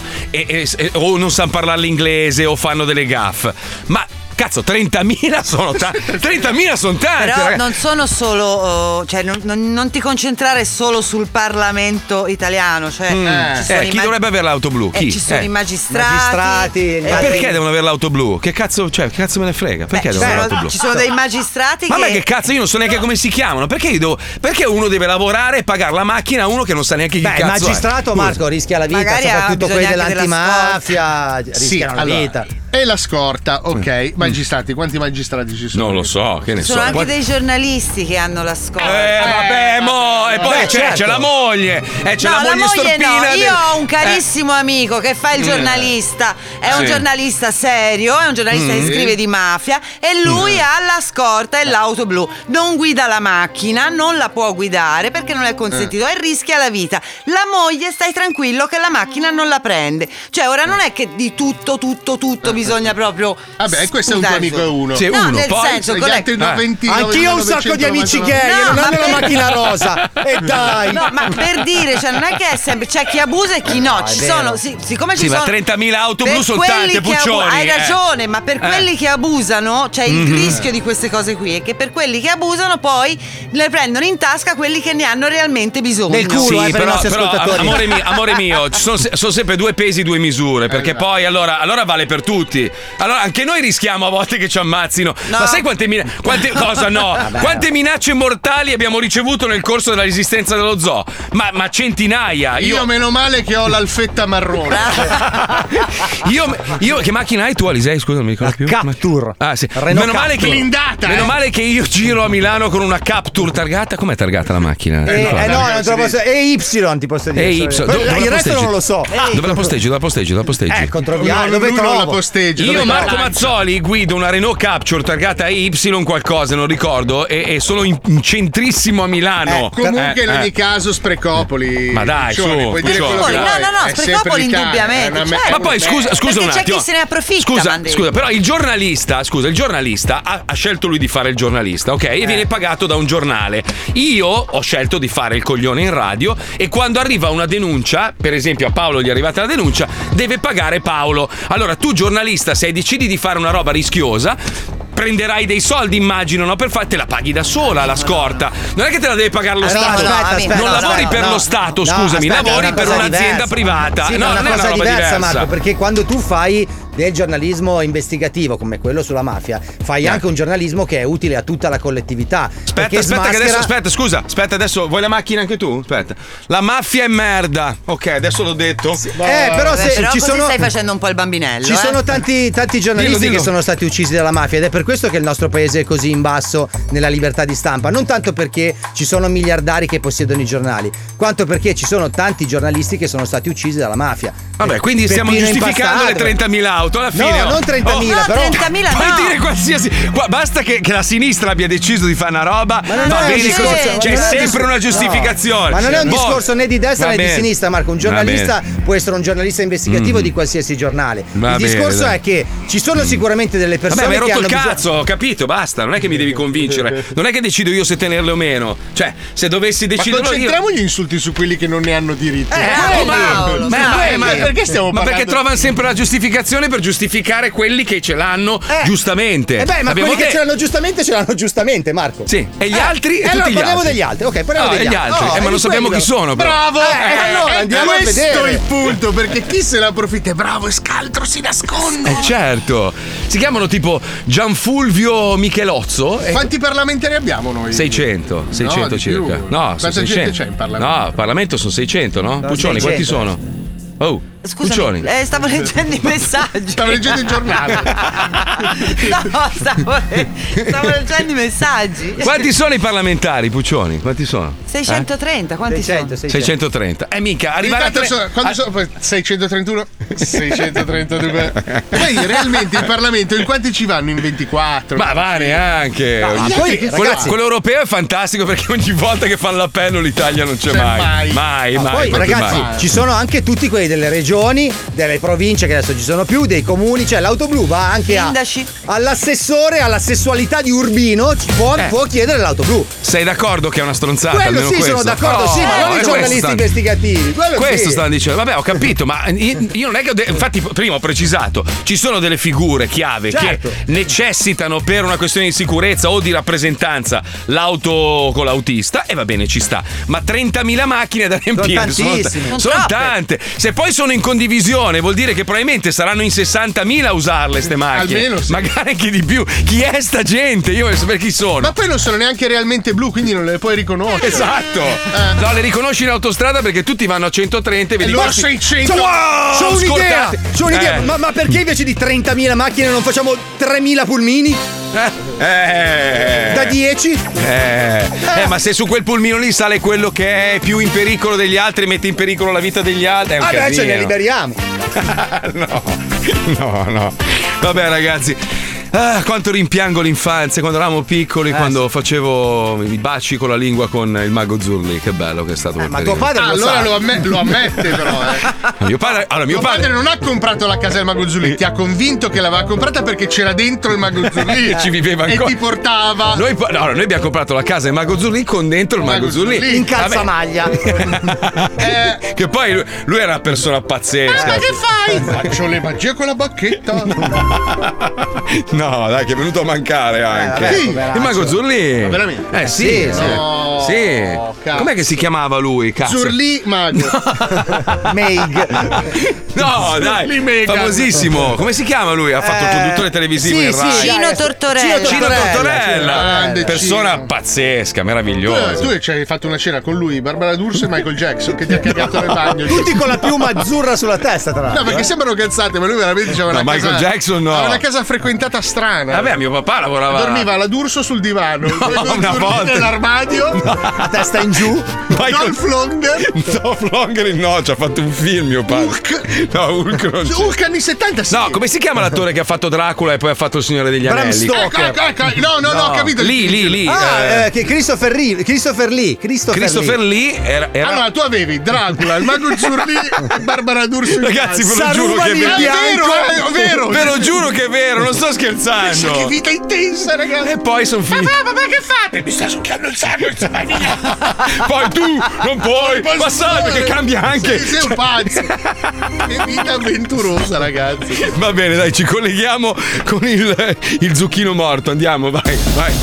o non sanno parlare l'inglese o fanno delle gaffe. Ma cazzo, 30.000 sono tanti. 30.000 sono tanti. Però non sono solo, cioè non ti concentrare solo sul Parlamento italiano, cioè chi dovrebbe avere l'auto blu? Chi? Ci sono i magistrati. Perché devono avere l'auto blu? Che cazzo me ne frega? Perché devono avere l'auto blu? Ci sono dei magistrati ma che cazzo, io non so neanche come si chiamano. Perché uno deve lavorare e pagare la macchina a uno che non sa neanche chi cazzo è? Il magistrato, Marco, rischia la vita, magari soprattutto quelli dell'antimafia rischiano la vita. E la scorta, ok. Magistrati, quanti magistrati ci sono? Non lo so, che ne so. Sono anche dei giornalisti che hanno la scorta. Vabbè, e poi c'è la moglie. C'è la moglie storpina. No. Io ho un carissimo amico che fa il giornalista. È un giornalista serio, è un giornalista che scrive di mafia. E lui ha la scorta e l'auto blu. Non guida la macchina, non la può guidare perché non è consentito e rischia la vita. La moglie, stai tranquillo che la macchina non la prende. Cioè, ora non è che di tutto bisogna proprio. Vabbè, questo è un tuo amico, è uno. Sì, no, nel senso, anch'io ho un sacco di amici gay e non hanno la macchina rosa. E dai. No, ma per dire, cioè, non è che è sempre. C'è chi abusa e chi no. Ci sono. Siccome ci sono. Ma 30.000 auto blu sono tante, Puccioni. Hai ragione, ma per quelli che abusano, c'è il rischio di queste cose qui. È che per quelli che abusano, poi le prendono in tasca quelli che ne hanno realmente bisogno. Nel culo, per i nostri ascoltatori. Amore mio, sono sempre due pesi, due misure. Perché poi allora vale per tutti. Allora anche noi rischiamo a volte che ci ammazzino. No. Ma sai quante minacce mortali abbiamo ricevuto nel corso della resistenza dello zoo? Ma centinaia. Io meno male che ho ho l'alfetta marrone. Io che macchina hai tu, Alisei? Scusa, non mi ricordo più. Captur. Ah, sì. Renault Meno male che blindata. Meno male che io giro a Milano con una Captur targata. Com'è targata la macchina? No, non te lo posso. EY ti posso dire. EY. Il resto non lo so. Dove la posteggi? Controlliamo. Dove la posteggio? Io, Marco Mazzoli, guido una Renault Capture targata EY qualcosa, non ricordo, e sono in centrissimo a Milano. Comunque in ogni caso Sprecopoli. Ma dai, puoi dire quello che vuoi. No, È Sprecopoli sempre indubbiamente. l'Italia, Ma poi scusa perché un c'è attimo. chi se ne approfitta. Scusa, però il giornalista ha scelto lui di fare il giornalista, ok? E viene pagato da un giornale. Io ho scelto di fare il coglione in radio e quando arriva una denuncia, per esempio a Paolo gli è arrivata la denuncia, deve pagare Paolo. Allora tu giornalista, se decidi di fare una roba rischiosa, prenderai dei soldi, immagino, no? Per te la paghi da sola la scorta. Non è che te la deve pagare lo Stato. Non lavori per lo Stato, scusami, lavori per un'azienda privata. Sì, no, ma non è una roba diversa, Marco, perché quando tu fai del giornalismo investigativo come quello sulla mafia, fai anche un giornalismo che è utile a tutta la collettività. Aspetta, adesso vuoi la macchina anche tu? Aspetta. La mafia è merda. Ok, adesso l'ho detto. Però così sono stai facendo un po' il bambinello. Ci sono tanti giornalisti Dillo. che sono stati uccisi dalla mafia ed è per questo che il nostro paese è così in basso nella libertà di stampa, non tanto perché ci sono miliardari che possiedono i giornali, quanto perché ci sono tanti giornalisti che sono stati uccisi dalla mafia. Vabbè, quindi stiamo giustificando le 30.000 auto alla fine. No, non 30.000, però 30.000 puoi no. dire qualsiasi. Basta che la sinistra abbia deciso di fare una roba, va bene così. C'è sempre una giustificazione. Ma non è un discorso né di destra né di bene. sinistra, Marco. Un giornalista può essere un giornalista investigativo di qualsiasi giornale. Il discorso è che ci sono sicuramente delle persone Vabbè, mi hai che rotto hanno il cazzo, ho capito, basta. Non è che mi devi convincere. Non è che decido io se tenerle o meno. Cioè, se dovessi decidere. Ma concentriamo gli insulti su quelli che non ne hanno diritto. Ma perché stiamo parlando? Ma perché trovano sempre la giustificazione per giustificare quelli che ce l'hanno giustamente. Ma quelli che ce l'hanno giustamente, Marco. Sì, e gli altri? E allora tutti gli parliamo altri. degli altri. Ok, parliamo degli altri. Ma non sappiamo chi sono, però. Bravo! Allora andiamo a questo vedere. è il punto, perché chi se ne approfitta è bravo e scaltro si nasconde. Certo. Si chiamano tipo Gianfulvio Michelozzo. Quanti parlamentari abbiamo noi? 600 di circa. più. No, Quanta sono 600. gente c'è in Parlamento? No, Parlamento sono 600, no? Puccioni, 600. quanti sono? Oh, Scusami, Puccioni. Stavo leggendo i messaggi. Stavo leggendo il giornale. No, stavo leggendo i messaggi. Quanti sono i parlamentari, Puccioni? Quanti sono? 630, quanti 600, sono? 630. Mica, arrivare a Quanto sono? 631? 632. Poi realmente il Parlamento in quanti ci vanno? In 24? Ma va neanche. Quello europeo è fantastico perché ogni volta che fanno l'appello l'Italia non c'è mai. Mai. Poi ragazzi, ci sono anche tutti quelli delle regioni, delle province che adesso ci sono più, dei comuni, cioè l'auto blu va anche all'assessore alla sessualità di Urbino, può chiedere l'auto blu. Sei d'accordo che è una stronzata? Quello sì, sono d'accordo, sì, ma non i giornalisti investigativi. Questo stanno dicendo. Vabbè, ho capito, ma io non è che infatti prima ho precisato, ci sono delle figure chiave che necessitano per una questione di sicurezza o di rappresentanza l'auto con l'autista e va bene, ci sta. Ma 30.000 macchine da riempire sono tante. Se poi sono in condivisione vuol dire che probabilmente saranno in 60.000 a usarle ste macchine. Almeno sì. Magari anche di più. Chi è sta gente? Io voglio sapere chi sono. Ma poi non sono neanche realmente blu, quindi non le puoi riconoscere. Esatto. No, le riconosci in autostrada perché tutti vanno a 130 e vedi loro 600. C'ho un'idea. Ma perché invece di 30.000 macchine non facciamo 3.000 pulmini? Da 10? Ma se su quel pulmino lì sale quello che è più in pericolo degli altri, mette in pericolo la vita degli altri. Ce ne liberiamo. No. Vabbè, ragazzi. Quanto rimpiango l'infanzia quando eravamo piccoli, quando facevo i baci con la lingua con il mago Zurli. Che bello che è stato. Ma tuo padre lo ammette però. Mio padre non ha comprato la casa del mago Zurli, ti ha convinto che l'aveva comprata perché c'era dentro il mago Zurli e ci viveva ancora. E ti portava. Noi abbiamo comprato la casa del mago Zurli con dentro il mago Zurli. In calzamaglia. Che poi lui era una persona pazzesca. Ma che fai? Faccio le magie con la bacchetta. No, dai, che è venuto a mancare anche. Il mago Zurlì. Ma veramente? Sì. No, sì. Com'è che si chiamava lui? Cazzo. Zurlì Mago. Meg. No, dai. Famosissimo. Come si chiama lui? Ha fatto il conduttore televisivo in Rai. Cino Tortorella. Cino Tortorella. Grande Persona Cino. pazzesca, meravigliosa. Tu ci hai fatto una cena con lui, Barbara D'Urso e Michael Jackson, che ti ha cagato nel bagno. Tutti con la piuma azzurra sulla testa, tra l'altro. No, perché sembrano cazzate, ma lui veramente aveva una casa. Michael Jackson no. Aveva una casa frequentata strana. Vabbè, mio papà lavorava. Dormiva la D'Urso sul divano, una volta nell'armadio, a testa in giù. Dolph Lundgren. No, ci ha fatto un film mio padre. Hulk anni 70. Sì. No, come si chiama l'attore che ha fatto Dracula e poi ha fatto il Signore degli Bram Anelli? Stoker. No, ho capito. Lì. Che Christopher Lee. Era... Allora, tu avevi Dracula, il mago Zurlì e Barbara D'Urso. Ragazzi, ve lo giuro che è vero. Ve lo giuro che è vero, non sto scherzando. Che vita intensa, ragazzi. E poi sono finito. Ma che fate? Mi sta succhiando il sangue, vai via. Poi tu non puoi passare perché cambia anche. Sei un pazzo. Che vita avventurosa, ragazzi. Va bene, dai, ci colleghiamo con il zucchino morto. Andiamo, vai.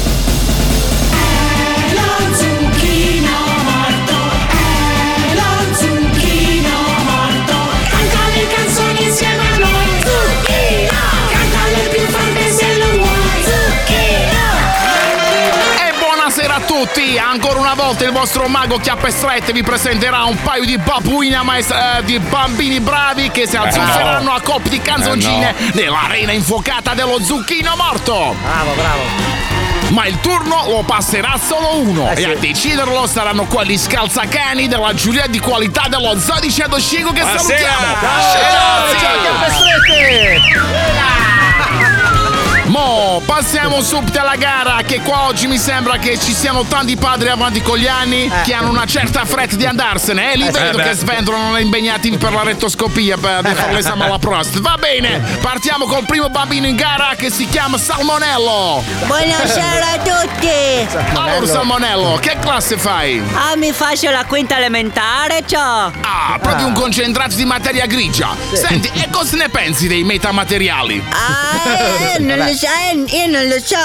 Lo zucchino morto, lo zucchino morto. Canta le canzoni insieme a noi. Zucchino, canta le più forte se lo vuoi. Zucchino. E buonasera a tutti, ancora una volta il vostro mago Chiappestrette vi presenterà un paio di di bambini bravi che si azzufferanno a coppie di canzoncine nell'arena infuocata dello zucchino morto. Bravo. Ma il turno lo passerà solo uno e a deciderlo saranno quelli scalzacani della giuria di qualità dello Zoo di Scemo che salutiamo. Mo passiamo subito alla gara, che qua oggi mi sembra che ci siano tanti padri avanti con gli anni che hanno una certa fretta di andarsene, li vedo che sventolano impegnati per la rettoscopia per fare l'esame alla prostata. Va bene, partiamo col primo bambino in gara che si chiama Salmonello. Buonasera a tutti. Allora Salmonello, che classe fai? Mi faccio la quinta elementare, ciao. Proprio un concentrato di materia grigia. Senti, e cosa ne pensi dei metamateriali? Non lo so, io non lo so.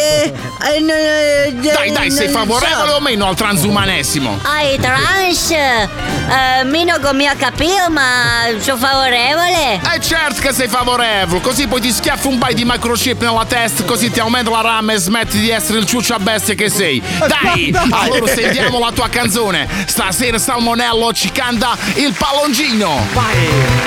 Dai, sei favorevole o meno al transumanesimo? Ai trans? Meno con mio capito, ma sono favorevole. Certo che sei favorevole, così poi ti schiaffi un paio di microchip nella testa, così ti aumenta la RAM e smetti di essere il ciuccio a bestia che sei. Dai, allora sentiamo la tua canzone. Stasera Salmonello ci canta il palloncino. Vai.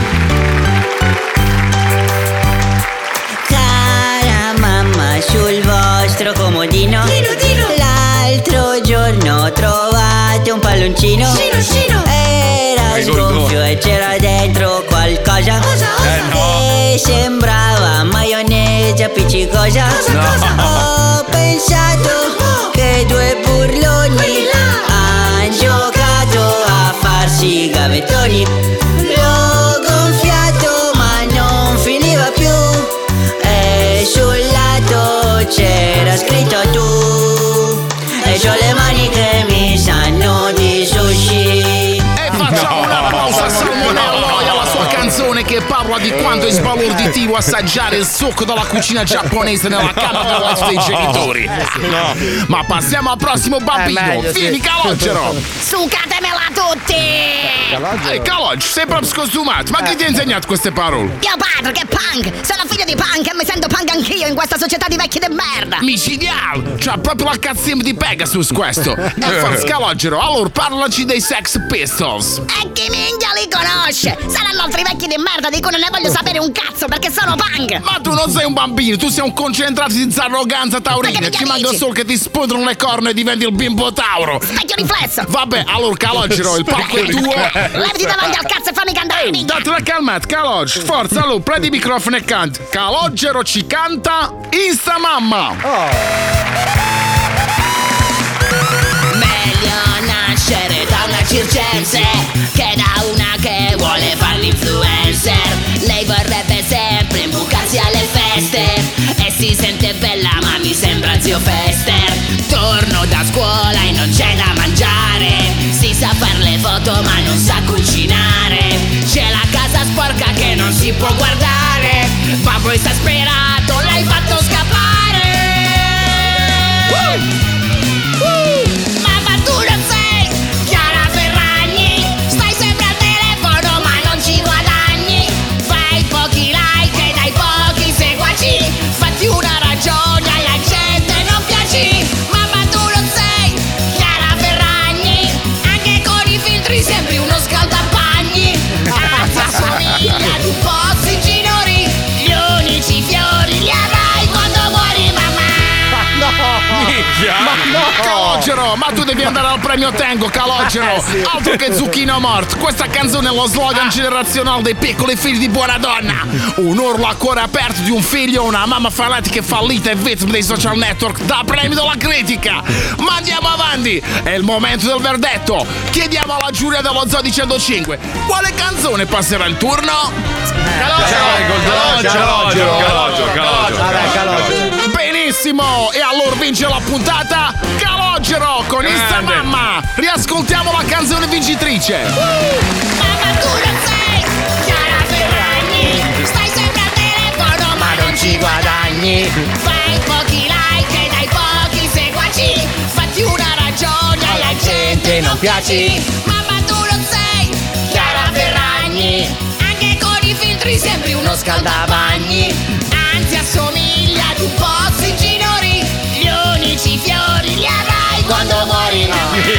Sul vostro comodino l'altro giorno ho trovato un palloncino. Era sgonfio e c'era dentro qualcosa che sembrava maionese appiccicosa. Ho pensato che due burloni hanno giocato a farsi gavettoni. L'ho gonfiato ma non finiva più e sul c'era scritto tu e c'ho le mani che mi sanno di sushi. E facciamo un applauso a Salmonello e alla sua canzone che parla di quanto è sbalorditivo assaggiare il succo della cucina giapponese nella camera da letto dei genitori. Ma passiamo al prossimo bambino. Vieni Calogero. Sucatemela tutti! Calogero, sei proprio scostumato. Ma chi ti ha insegnato queste parole? Mio padre che è punk! Sono figlio di punk e mi sento punk anch'io in questa società di vecchi de merda! Micidiale! C'ha proprio la cazzimma di Pegasus questo! E forse Calogero, allora parlaci dei Sex Pistols! E chi minchia li conosce? Saranno altri vecchi di merda di cui non ne voglio sapere un cazzo perché sono punk! Ma tu non sei un bambino, tu sei un concentrato di arroganza taurina! Ci manca solo che ti spuntano le corna e diventi il bimbo tauro! Specchio riflesso! Vabbè, allora Calogero, il palco è tuo! Levati davanti al cazzo e fammi cantare! Date la calmata, Calogero! Forza, allora, prendi il microfono e canti! Calogero ci canta Insta Mamma! Meglio nascere da una circense che da una che vuole fare l'influencer. Lei vorrebbe sempre imbucarsi alle feste e si sente bella ma mi sembra zio Fester. Torno da scuola e non c'è da mangiare, si sa fare le foto ma non sa cucinare. C'è la casa sporca che non si può guardare, babbo esasperato, l'hai fatto devi andare al premio Tango, Calogero. Altro che Zucchino Mort. Questa canzone è lo slogan generazionale dei piccoli figli di buona donna. Un urlo a cuore aperto di un figlio, una mamma fanatica fallita e vittima dei social network da premio della critica. Ma andiamo avanti, è il momento del verdetto. Chiediamo alla giuria dello Zoo 105 quale canzone passerà il turno? Calogero. Benissimo, e allora vince la puntata Calogero con Insta Mamma. Riascoltiamo la canzone vincitrice. Mamma, tu non sei Chiara Ferragni, stai sempre al telefono ma non ci guadagni. Fai pochi like e dai pochi seguaci, fatti una ragione, alla gente non piaci. Mamma, tu non sei Chiara Ferragni, anche con i filtri sembri uno scaldabagni. Anzi assomiglia ad un po' Siginori, gli unici fiori li avrai quando muori.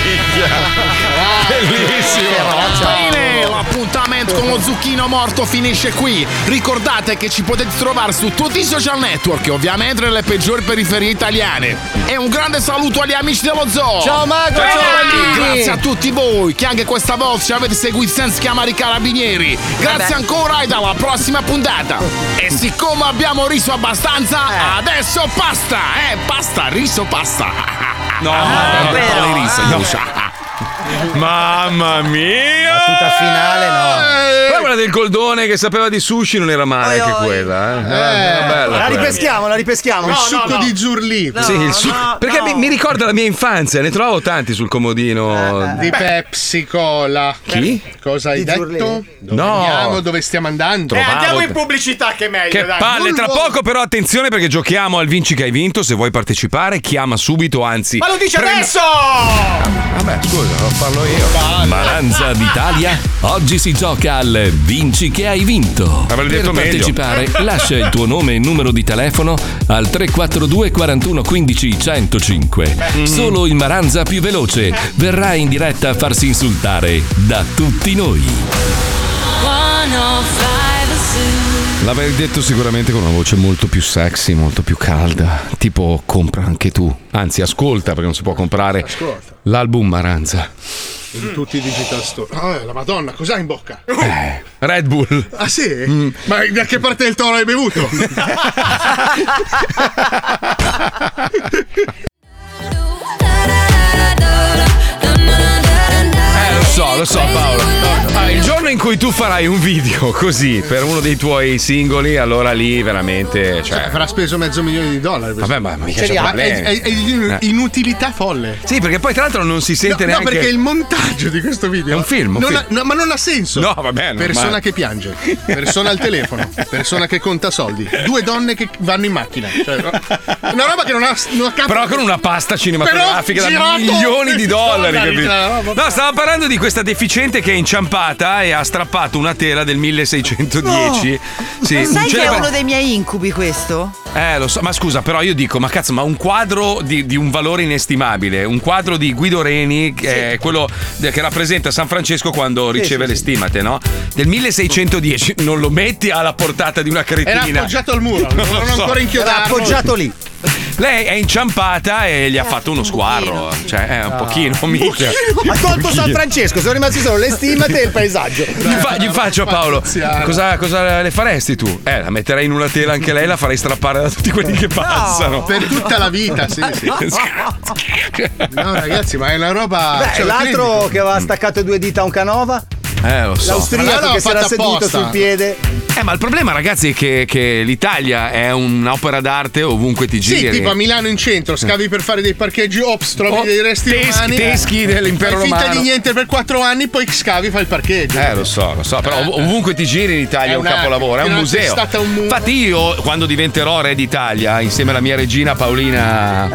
Bellissimo. Bene, l'appuntamento con lo Zucchino Morto finisce qui. Ricordate che ci potete trovare su tutti i social network e ovviamente nelle peggiori periferie italiane. E un grande saluto agli amici dello Zoo. Ciao Mago, ciao. Grazie a tutti voi che anche questa volta ci avete seguito senza chiamare i carabinieri. Grazie ancora e alla prossima puntata. E siccome abbiamo riso abbastanza, adesso pasta. Pasta, riso, pasta. No, le riso, Yosha. Mamma mia! La tuta finale no. Quella del Goldone che sapeva di sushi non era male anche quella, bella. La ripeschiamo. Il succo di Zurlì. Sì, perché mi ricorda la mia infanzia, ne trovavo tanti sul comodino. Di Pepsi Cola. Chi? Cosa hai detto? Dove No. andiamo? Dove stiamo andando? Andiamo in pubblicità che è meglio. Che dai. palle, tra poco però attenzione perché giochiamo al Vinci che hai vinto. Se vuoi partecipare chiama subito, anzi. Ma lo dice adesso! Vabbè, scusa, lo parlo io. Maranza d'Italia, oggi si gioca al Vinci che hai vinto. Avrei Per detto meglio. partecipare lascia il tuo nome e numero di telefono al 342 41 15 105. Solo il Maranza più veloce verrà in diretta a farsi insultare da tutti noi. L'avrei detto sicuramente con una voce molto più sexy, molto più calda. Tipo compra anche tu. Anzi, ascolta perché non si può comprare l'album Maranza. In tutti i digital store. La Madonna, cos'hai in bocca? Red Bull. Ah sì? Ma da che parte del toro hai bevuto? Lo so Paolo. Il giorno in cui tu farai un video così per uno dei tuoi singoli, allora lì veramente avrà speso $500,000. Vabbè, ma mica c'è problemi. È inutilità folle. Sì, perché poi tra l'altro non si sente neanche. No, perché il montaggio di questo video è un film. Ma non ha senso. No, va bene. Persona che piange, persona al telefono, persona che conta soldi, 2 donne che vanno in macchina. Cioè, una roba che non ha capo. Però con una pasta cinematografica da milioni di dollari, capito? No, stavo parlando di questa deficiente che è inciampata e ha strappato una tela del 1610. No. Sì, Sai che è uno dei miei incubi questo? Lo so, ma scusa, però io dico, ma cazzo, ma un quadro di un valore inestimabile, un quadro di Guido Reni, che è quello che rappresenta San Francesco quando riceve le stimate, no? Del 1610, non lo metti alla portata di una cretina. Era appoggiato al muro, non so. ancora inchiodato. Era appoggiato lì. Lei è inciampata e gli ha fatto uno sguarro. Cioè, è un pochino, mica. Ha tolto San Francesco, sono rimasti solo le stimate e il paesaggio. Gli faccio a Paolo, cosa le faresti tu? La metterei in una tela anche lei, la farei strappare da tutti quelli che passano. Per tutta la vita, sì. No, ragazzi, ma è una roba. Beh, l'altro che aveva staccato 2 dita a un Canova? Lo so. L'austriaco che si era seduto sul piede. Ma il problema, ragazzi, è che l'Italia è un'opera d'arte ovunque ti giri. Sì, tipo a Milano in centro, scavi per fare dei parcheggi, trovi dei resti romani. Teschi dell'impero romano. Fai finta di niente per 4 anni, poi scavi, fai il parcheggio. Lo so, però ovunque ti giri in Italia è un capolavoro, è un museo. Infatti io, quando diventerò re d'Italia, insieme alla mia regina Paolina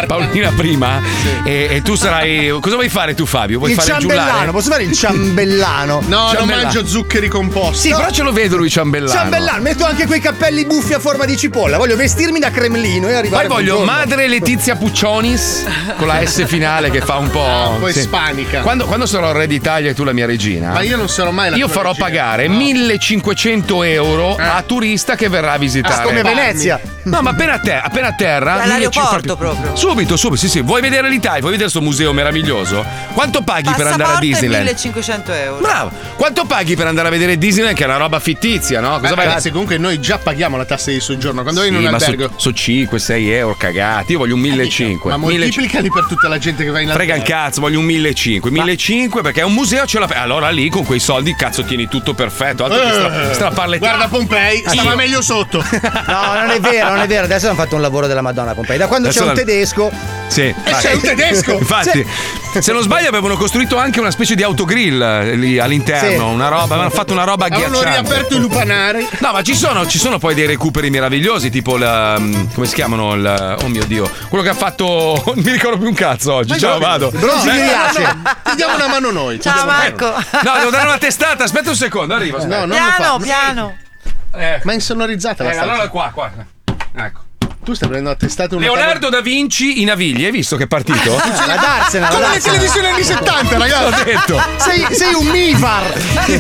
prima, e tu sarai. Cosa vuoi fare tu, Fabio? Vuoi il fare il ciambellano, giullare? posso fare il ciambellano? ciambellano. No, non mangio zuccheri composti. Sì, però ce lo vedo lui ciambellano. Ciambellano, metto anche quei cappelli buffi a forma di cipolla. Voglio vestirmi da Cremlino e arrivare. Poi voglio Madre Letizia Puccionis con la S finale che fa un po'. Poi spanica. Quando sarò Re d'Italia e tu la mia regina. Ma io non sarò mai la Io tua farò regina. pagare 1.500 euro a turista che verrà a visitare. come Venezia. No, ma appena a terra. All'aeroporto proprio. Subito, sì. Vuoi vedere l'Italia? Vuoi vedere questo museo meraviglioso? Quanto paghi per andare a Disneyland? 1.500 euro. Bravo! Quanto paghi per andare a vedere Disneyland, che è una roba fittizia, no? Cosa vai? Ragazzi, comunque noi già paghiamo la tassa di soggiorno quando vai in un ma albergo. su 5-6 euro cagati. Io voglio un 1.500. Ma moltiplicali per tutta la gente che va in albergo. Frega un cazzo, voglio un 1.500. 1.500 perché è un museo, ce l'ha. Allora lì con quei soldi, cazzo, tieni tutto perfetto. Altro che straparlettare. Guarda Pompei, stava meglio sotto. No, non è vero. Adesso hanno fatto un lavoro della Madonna Pompei. Da quando Adesso c'è un tedesco. Sì. C'è un tedesco. Infatti, se non sbaglio, avevano costruito anche una specie di autogrill lì all'interno. Sì. Una roba, avevano fatto una roba Avevano agghiacciante. riaperto i lupanari. No, ma ci sono poi dei recuperi meravigliosi, tipo come si chiamano? Oh mio Dio, quello che ha fatto. Non mi ricordo più un cazzo oggi. Ciao, vado. Bronzi di Riace. Ti diamo una mano noi. Ciao Marco. No, devo dare una testata. Aspetta un secondo, arrivo. Aspetta. No, non lo fa. Piano. Ma è insonorizzata la stanza. Allora qua. Ecco. Tu stai prendendo a testata una Leonardo da Vinci in Navigli, hai visto che è partito? La Darsena. Come le televisioni anni 70, ragazzi. L'ho detto. Sei un Mivar.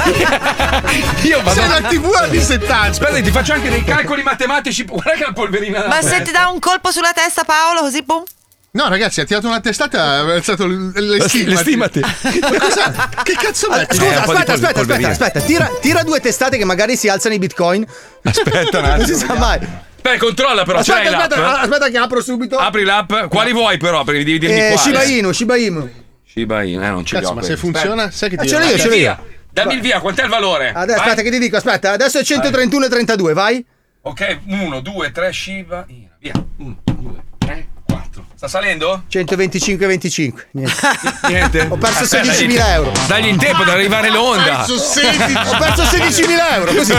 Io vado. Sei una TV anni 70. Aspetta, ti faccio anche dei calcoli matematici. Guarda che la polverina. Ma se ti dà un colpo sulla testa, Paolo, così boom. No, ragazzi, ha tirato una testata, ha alzato le stimati. Ma cosa? Che cazzo metti? Scusa, aspetta. Tira 2 testate che magari si alzano i bitcoin. Aspetta un attimo. Non si sa mai. Beh, controlla però. Aspetta che apro subito. Apri l'app. Quali vuoi però? Perché devi dirmi quali. Shiba Inu. Non ce li ho. Cazzo, ma se funziona, sai che ti Ce l'ho io. Dammi il via, quant'è il valore? Aspetta che ti dico, adesso è 131,32, vai. Ok, 1, 2, 3, Shiba Inu. Via. 1, 2, 3, 4. Sta salendo? 125,25. Niente. Ho perso 16.000 euro. Dagli in tempo ad arrivare l'onda. Ho perso 16.000 euro. Così,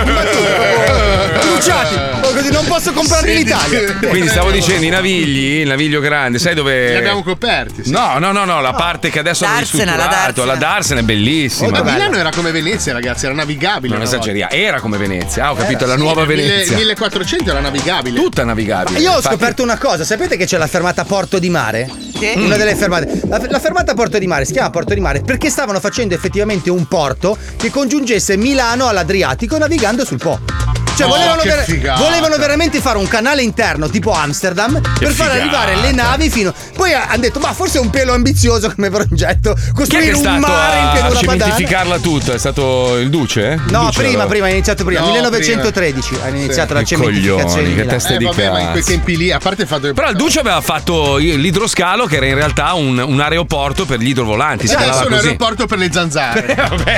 bruciati. Così non posso comprarli in Italia. Quindi stavo dicendo, i Navigli, il Naviglio grande, sai dove. Li abbiamo coperti. Sì. No, la parte che adesso hanno ristrutturato. La Darsena è bellissima. Ma Milano era come Venezia, ragazzi, era navigabile. Non esageriamo, era come Venezia. Ho capito, la nuova Venezia. 1400 era navigabile. Tutta navigabile. Io ho scoperto una cosa, sapete che c'è la fermata Porto di Mare? Sì. Una delle fermate. La fermata Porto di Mare si chiama Porto di Mare perché stavano facendo effettivamente un porto che congiungesse Milano all'Adriatico navigando sul Po. Cioè volevano veramente fare un canale interno tipo Amsterdam per far arrivare le navi fino. Poi hanno detto ma forse è un pelo ambizioso come progetto costruire un mare in pianura padana. Cementificarla tutta è stato il Duce? No, prima ha iniziato prima. 1913 ha iniziato la cementificazione. Che teste di cazzo. Ma in quei tempi lì, a parte il fatto che però il Duce aveva fatto l'idroscalo che era in realtà un aeroporto per gli idrovolanti. Adesso è un aeroporto per le zanzare.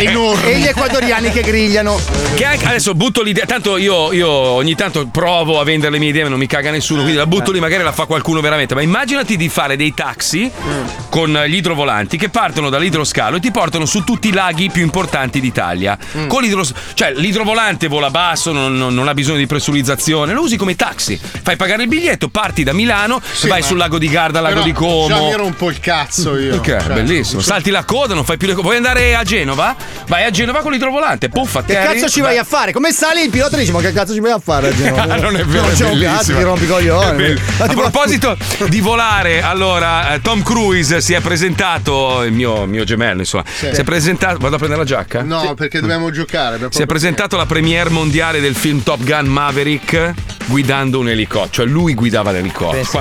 E gli ecuadoriani che grigliano. Che anche adesso butto l'idea. Tanto io ogni tanto provo a vendere le mie idee, ma non mi caga nessuno, quindi la butto lì, magari la fa qualcuno veramente. Ma immaginati di fare dei taxi con gli idrovolanti che partono dall'idroscalo e ti portano su tutti i laghi più importanti d'Italia. Con cioè l'idrovolante vola basso, non ha bisogno di pressurizzazione, lo usi come taxi. Fai pagare il biglietto, parti da Milano, vai sul lago di Garda, lago di Como. Già mi ero un po' il cazzo io. Ok, bellissimo. Salti la coda, non fai più le cose. Vuoi andare a Genova? Vai a Genova con l'idrovolante, puffa. Che cazzo ci vai a fare? Come sali il pilota e dici ma che cazzo ci vai a fare a Genova? Non è vero, non c'è un cazzo, ti rompi i coglioni. A proposito di volare, allora Tom Cruise si è presentato, il mio gemello insomma, si è presentato. Vado a prendere la giacca? No, perché dobbiamo giocare. Si è presentato alla premiere mondiale del film Top Gun Maverick guidando un elicottero, cioè lui guidava l'elicottero.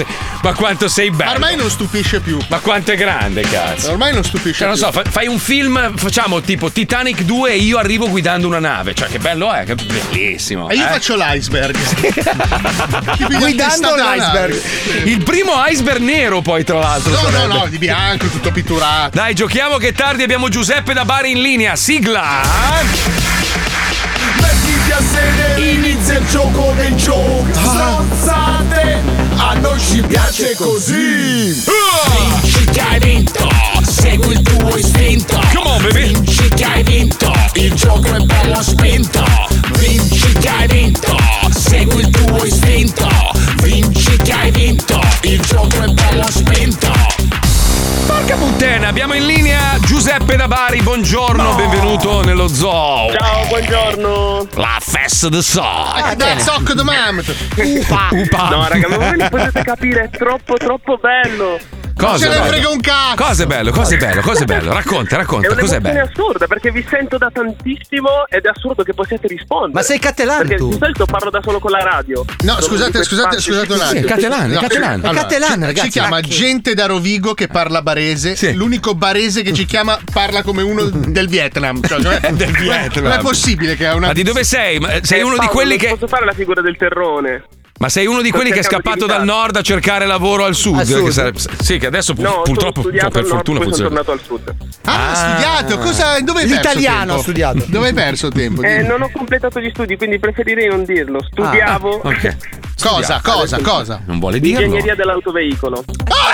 Ma quanto sei bello. Ormai non stupisce più. Ma quanto è grande, cazzo. Ormai non stupisce non so, fai un film, facciamo tipo Titanic 2 e io arrivo guidando una nave, cioè che bello è, che bellissimo. E io faccio l'iceberg. Guidando l'iceberg. Il primo iceberg nero poi tra l'altro. No, di bianco, tutto pitturato. Dai, giochiamo che tardi, abbiamo Giuseppe da Bari in linea, sigla. Mettiti a sedere, inizia il gioco del gioco. Stronzate, a noi ci piace così. Vinci che hai vinto, segui il tuo istinto. Come on, baby. Vinci che hai vinto, il gioco è bello spinto. Vinci che hai vinto, segui il tuo istinto. Vinci che hai vinto, il gioco è bello spinto. Porca puttana, abbiamo in linea Giuseppe da Bari, buongiorno, benvenuto. Zoo. Ciao, buongiorno. La festa del zoo. Dal socco di mammato. Upa. No, raga, ma voi non potete capire, è troppo bello. Cosa? Se ne frega un cazzo. Cosa è bello? Racconta, È cos'è un'emozione bello? assurda perché vi sento da tantissimo ed è assurdo che possiate rispondere. Ma sei catalano perché tu? Di solito parlo da solo con la radio. No, scusate un attimo. Sì, è catalano. È catalano, ragazzi. Si chiama gente da Rovigo che parla barese. Sì. L'unico barese che ci chiama parla come uno del Vietnam. Cioè, Del Vietnam. Non è possibile che ha una. Ma di dove sei? Sei uno di Paolo, quelli non che. posso fare la figura del terrone. Ma sei uno di quelli che è scappato dal nord a cercare lavoro al sud? Sì, che adesso purtroppo per fortuna poi sono funziona. tornato al sud. Ha studiato? Dove hai perso L'italiano tempo? ha studiato. Dove hai perso il tempo? Non ho completato gli studi, quindi preferirei non dirlo. Studiavo. Ok. Cosa? Non vuole dirlo. Ingegneria dell'autoveicolo.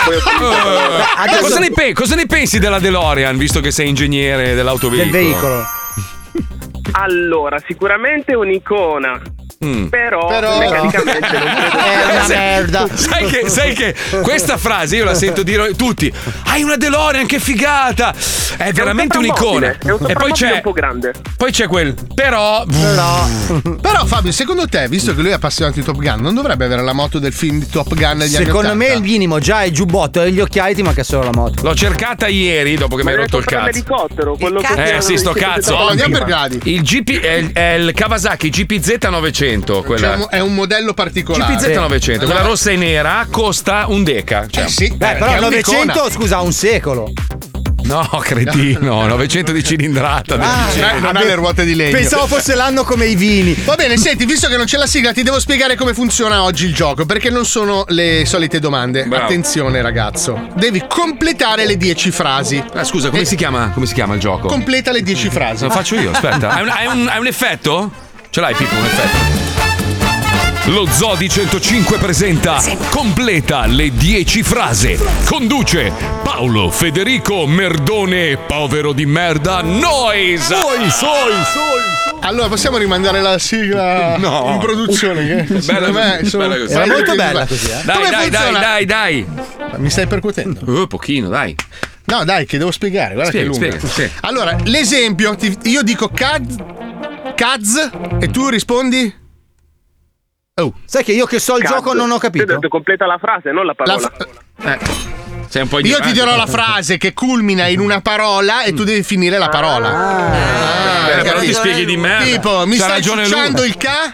Cosa ne pensi della DeLorean, visto che sei ingegnere dell'autoveicolo? Del veicolo. Allora, sicuramente un'icona. Però meccanicamente non credo. È una merda. Sai che questa frase io la sento dire tutti. Hai una DeLorean, che figata! È veramente un'icona. È un E poi c'è un po' grande. Poi c'è quel però Fabio, secondo te, visto che lui è appassionato di Top Gun, non dovrebbe avere la moto del film di Top Gun negli anni 80? Secondo me il minimo già è il giubbotto e gli occhiali, ti manca solo la moto. l'ho cercata ieri dopo che mi hai rotto il cazzo. L'elicottero, quello che Sì, sto cazzo. No, andiamo per gradi. Il GP è il Kawasaki GPZ 900. Quella. È un modello particolare. GPZ 900, quella rossa e nera, costa un deca. Cioè, sì. Però il 900, scusa, ha un secolo. No, cretino, 900 di cilindrata. Non ha le ruote di legno. Pensavo fosse l'anno come i vini. Va bene, senti, visto che non c'è la sigla, ti devo spiegare come funziona oggi il gioco, perché non sono le solite domande. Bravo. Attenzione, ragazzo. Devi completare le 10 frasi. Scusa, come si chiama il gioco? Completa le 10 frasi. Lo faccio io, aspetta. Hai un effetto? Ce l'hai, Pippo, un effetto? Lo Zoo di 105 presenta Completa le 10 frasi. Conduce Paolo Federico Merdone, povero di merda, Noise. Allora, possiamo rimandare la sigla in produzione? Che secondo me Era molto bella così, Dai. Mi stai percuotendo? Pochino, dai. No, dai, che devo spiegare. Guarda che è lunga. Spiega. Allora, l'esempio, io dico Kaz e tu rispondi? Sai che io che so il gioco non ho capito. Ho detto completa la frase, non la parola. Sei un po' Io ti dirò la frase che culmina in una parola e tu devi finire la parola. Però ti spieghi di merda. Tipo, mi C'ha stai ragione ciucciando lui. il ca?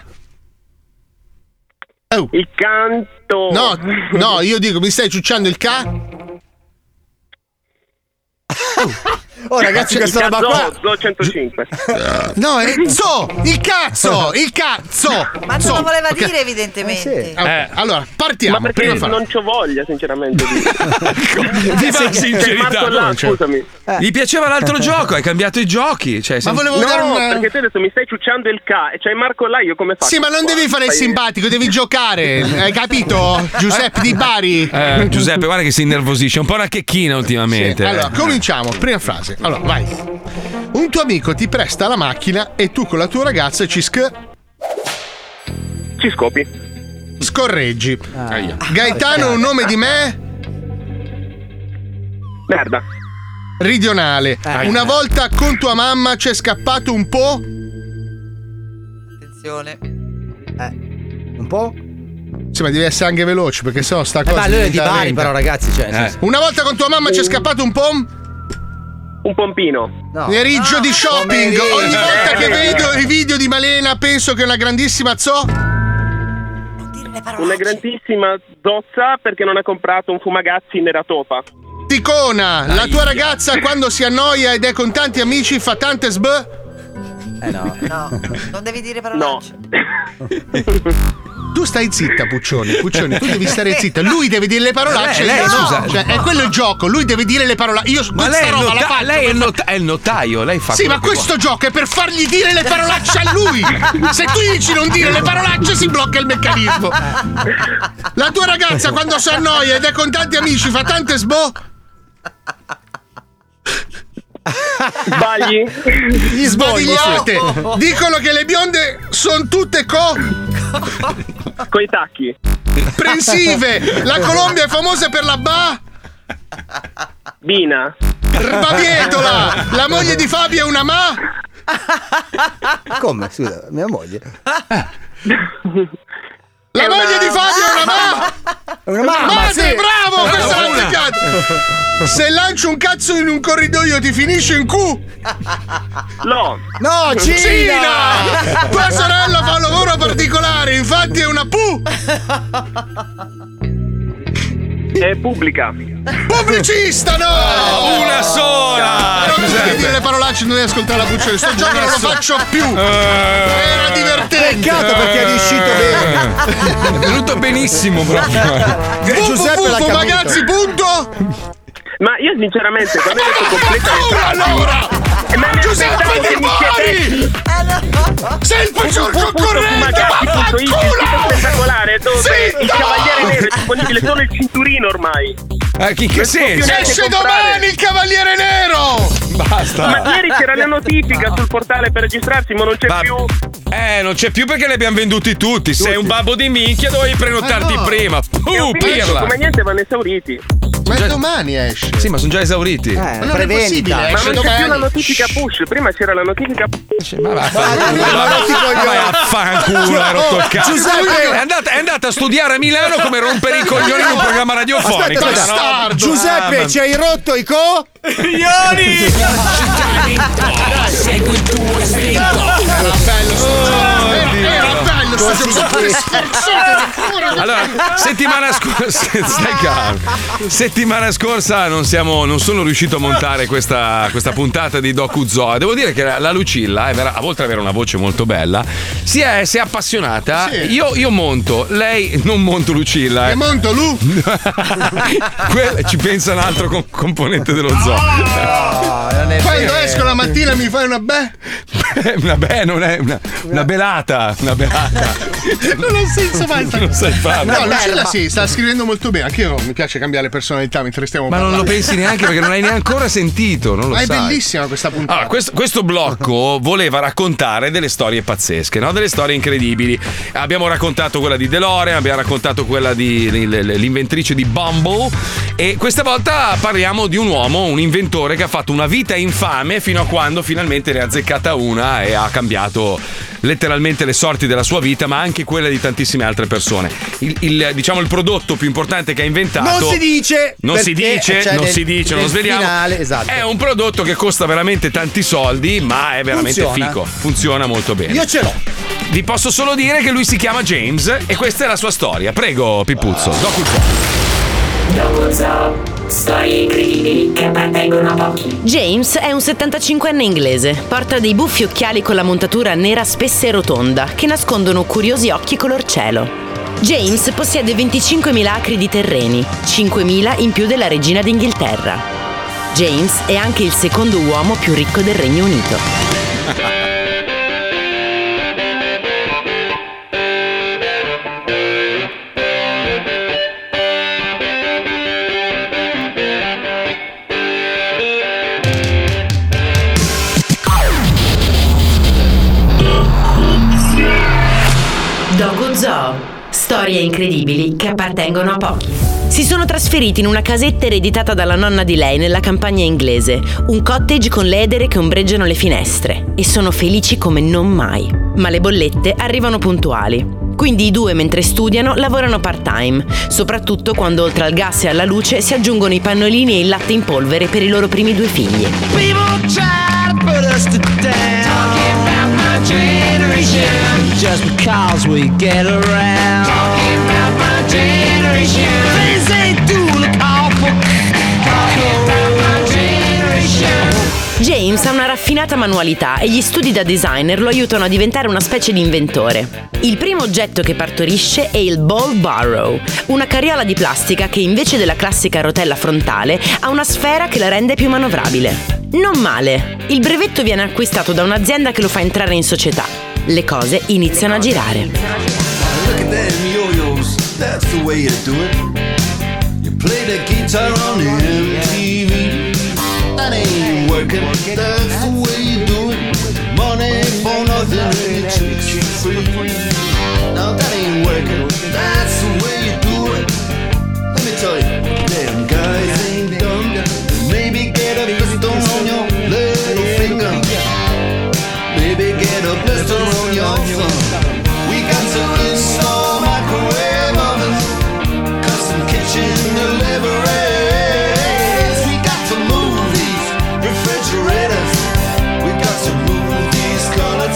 Il canto. No, io dico, mi stai ciucciando il ca? Oh ragazzi, questa roba qua. Zo 105. No, è Zo! Il cazzo! Ma non lo voleva dire, evidentemente. Allora, partiamo. Ma perché non c'ho voglia, sinceramente. Viva la sincerità. Scusami. Gli piaceva l'altro gioco, hai cambiato i giochi. Cioè, Ma volevo dare perché te adesso mi stai ciucciando il ca e c'hai Marco là, io come faccio? Sì, ma non devi fare il simpatico, devi giocare. Hai capito? Giuseppe Di Bari. Giuseppe, guarda che si innervosisce, è un po' una checchina ultimamente. Sì. Allora, cominciamo. Prima frase. Allora, vai. Un tuo amico ti presta la macchina e tu con la tua ragazza ci scopi. Scorreggi. Gaetano, un nome di me? Merda. Ridionale. Una volta con tua mamma c'è scappato un po'? Attenzione. Un po'? Sì, ma devi essere anche veloce perché sennò sta cosa. Ma lui è di Bari, però, ragazzi. Una volta con tua mamma c'è scappato un po'? Un pompino. Pomeriggio di shopping. Ogni volta che vedo i video di Malena penso che è una grandissima una grandissima zozza perché non ha comprato un fumagazzi nera topa. Ticona. La tua ragazza quando si annoia ed è con tanti amici fa tante No, non devi dire parolacce. Tu stai zitta, Puccioni, tu devi stare zitta. Lui deve dire le parolacce. Scusa, cioè, è quello il gioco. Lui deve dire le parolacce. Io ma questa lei, roba la faccio. lei è il notaio, lei fa. Sì, ma questo gioco è per fargli dire le parolacce a lui. Se tu gli dici non dire le parolacce, si blocca il meccanismo. La tua ragazza quando si annoia ed è con tanti amici fa tante Sbagli. Gli sbagliate. Dicono che le bionde sono tutte coi tacchi. Prensive. La Colombia è famosa per la Bina. Babietola. La moglie di Fabio è una Come? Scusa, mia moglie. La moglie di Fabio è una mamma! Sì. Bravo! Questa l'ho azzeccata! Se lanci un cazzo in un corridoio ti finisce in Q? No! No, Cina! Tua sorella fa un lavoro particolare, infatti è una Pu! È pubblica. Pubblicista, no! Una sola! Non devi dire le parolacce, non devi ascoltare la Puccioni. Sto gioco non lo faccio più. Era divertente. Peccato perché è riuscito bene. È venuto benissimo proprio. Giuseppe l'ha capito. Ragazzi, Ma io sinceramente quando hai detto completamente allora! Giuseppe Di Bari! Sei il peggior concorrente! Fumagazzi.it, il sito spettacolare dove il Cavaliere Nero è disponibile solo il cinturino ormai. In che senso? Esce domani il Cavaliere Nero! Basta! Ma ieri c'era la notifica sul portale per registrarsi, ma non c'è più. Non c'è più perché li abbiamo venduti tutti. Sei un babbo di minchia, dovevi prenotarti prima. Pirla! Come niente vanno esauriti. Ma domani esce. Sì, ma sono già esauriti. Ma non è possibile, Ma esce non c'è più la domani. notifica push. Prima c'era la notifica push. Ma vai a fanculo, hai rotto il cazzo. Giuseppe è andata a studiare a Milano come rompere i coglioni in un programma radiofonico. Aspetta. Giuseppe, ci hai rotto i coglioni! Segui il tuo istinto. Era bello sto gioco. Allora, settimana scorsa stai calmo. Settimana scorsa non sono riuscito a montare questa puntata di Doku Zoo. Devo dire che la Lucilla, oltre ad avere una voce molto bella, si è appassionata. Sì. Io monto, lei non monto Lucilla. E monto Lu. Ci pensa un altro componente dello zoo. Quando esco la mattina mi fai una beh? Una beh, non è una belata. Una belata. Non ha senso mai. Non sai farlo. No, Lucilla sì, sta scrivendo molto bene. Anche io mi piace cambiare personalità mentre stiamo Ma parlando. non lo pensi neanche perché non hai neanche ancora sentito. Non lo Ma è sai. bellissima questa puntata. Allora, questo blocco voleva raccontare delle storie pazzesche, no? Delle storie incredibili. Abbiamo raccontato quella di DeLorean, abbiamo raccontato quella di l'inventrice di Bumble e questa volta parliamo di un uomo, un inventore che ha fatto una vita infame fino a quando finalmente ne ha azzeccata una e ha cambiato letteralmente le sorti della sua vita, ma anche quelle di tantissime altre persone. Il prodotto più importante che ha inventato Non si dice, non sveliamo. Finale, esatto. È un prodotto che costa veramente tanti soldi, ma è veramente Funziona. fico. Funziona molto bene. Io ce l'ho. Vi posso solo dire che lui si chiama James e questa è la sua storia. Prego, Pippuzzo. Docu Zoo. Storie incredibili che appartengono a pochi. James è un 75enne inglese. Porta dei buffi occhiali con la montatura nera spessa e rotonda che nascondono curiosi occhi color cielo. James possiede 25.000 acri di terreni, 5.000 in più della regina d'Inghilterra. James è anche il secondo uomo più ricco del Regno Unito. Doku Zoo. Storie incredibili che appartengono a pochi. Si sono trasferiti in una casetta ereditata dalla nonna di lei nella campagna inglese, un cottage con le edere che ombreggiano le finestre, e sono felici come non mai. Ma le bollette arrivano puntuali. Quindi i due, mentre studiano, lavorano part-time, soprattutto quando oltre al gas e alla luce si aggiungono i pannolini e il latte in polvere per i loro primi due figli. Just because we get around. Talking about my generation. Things they do look awful. Talking about my generation. James ha una raffinata manualità e gli studi da designer lo aiutano a diventare una specie di inventore. Il primo oggetto che partorisce è il Ball Barrow, una carriola di plastica che invece della classica rotella frontale ha una sfera che la rende più manovrabile. Non male. Il brevetto viene acquistato da un'azienda che lo fa entrare in società. Le cose iniziano a girare. Look at them yo-yos, that's the way you do it. You play the guitar on MTV. That ain't working, that's the way you do it. Money for nothing, it takes you free. Now that ain't working, that's the way you do it. Let me tell you, them guys ain't dumb. Maybe get a pistol on your little finger. a blister on your thumb. We got to install microwave ovens, custom kitchen deliveries. We got to move these refrigerators. We got to move these color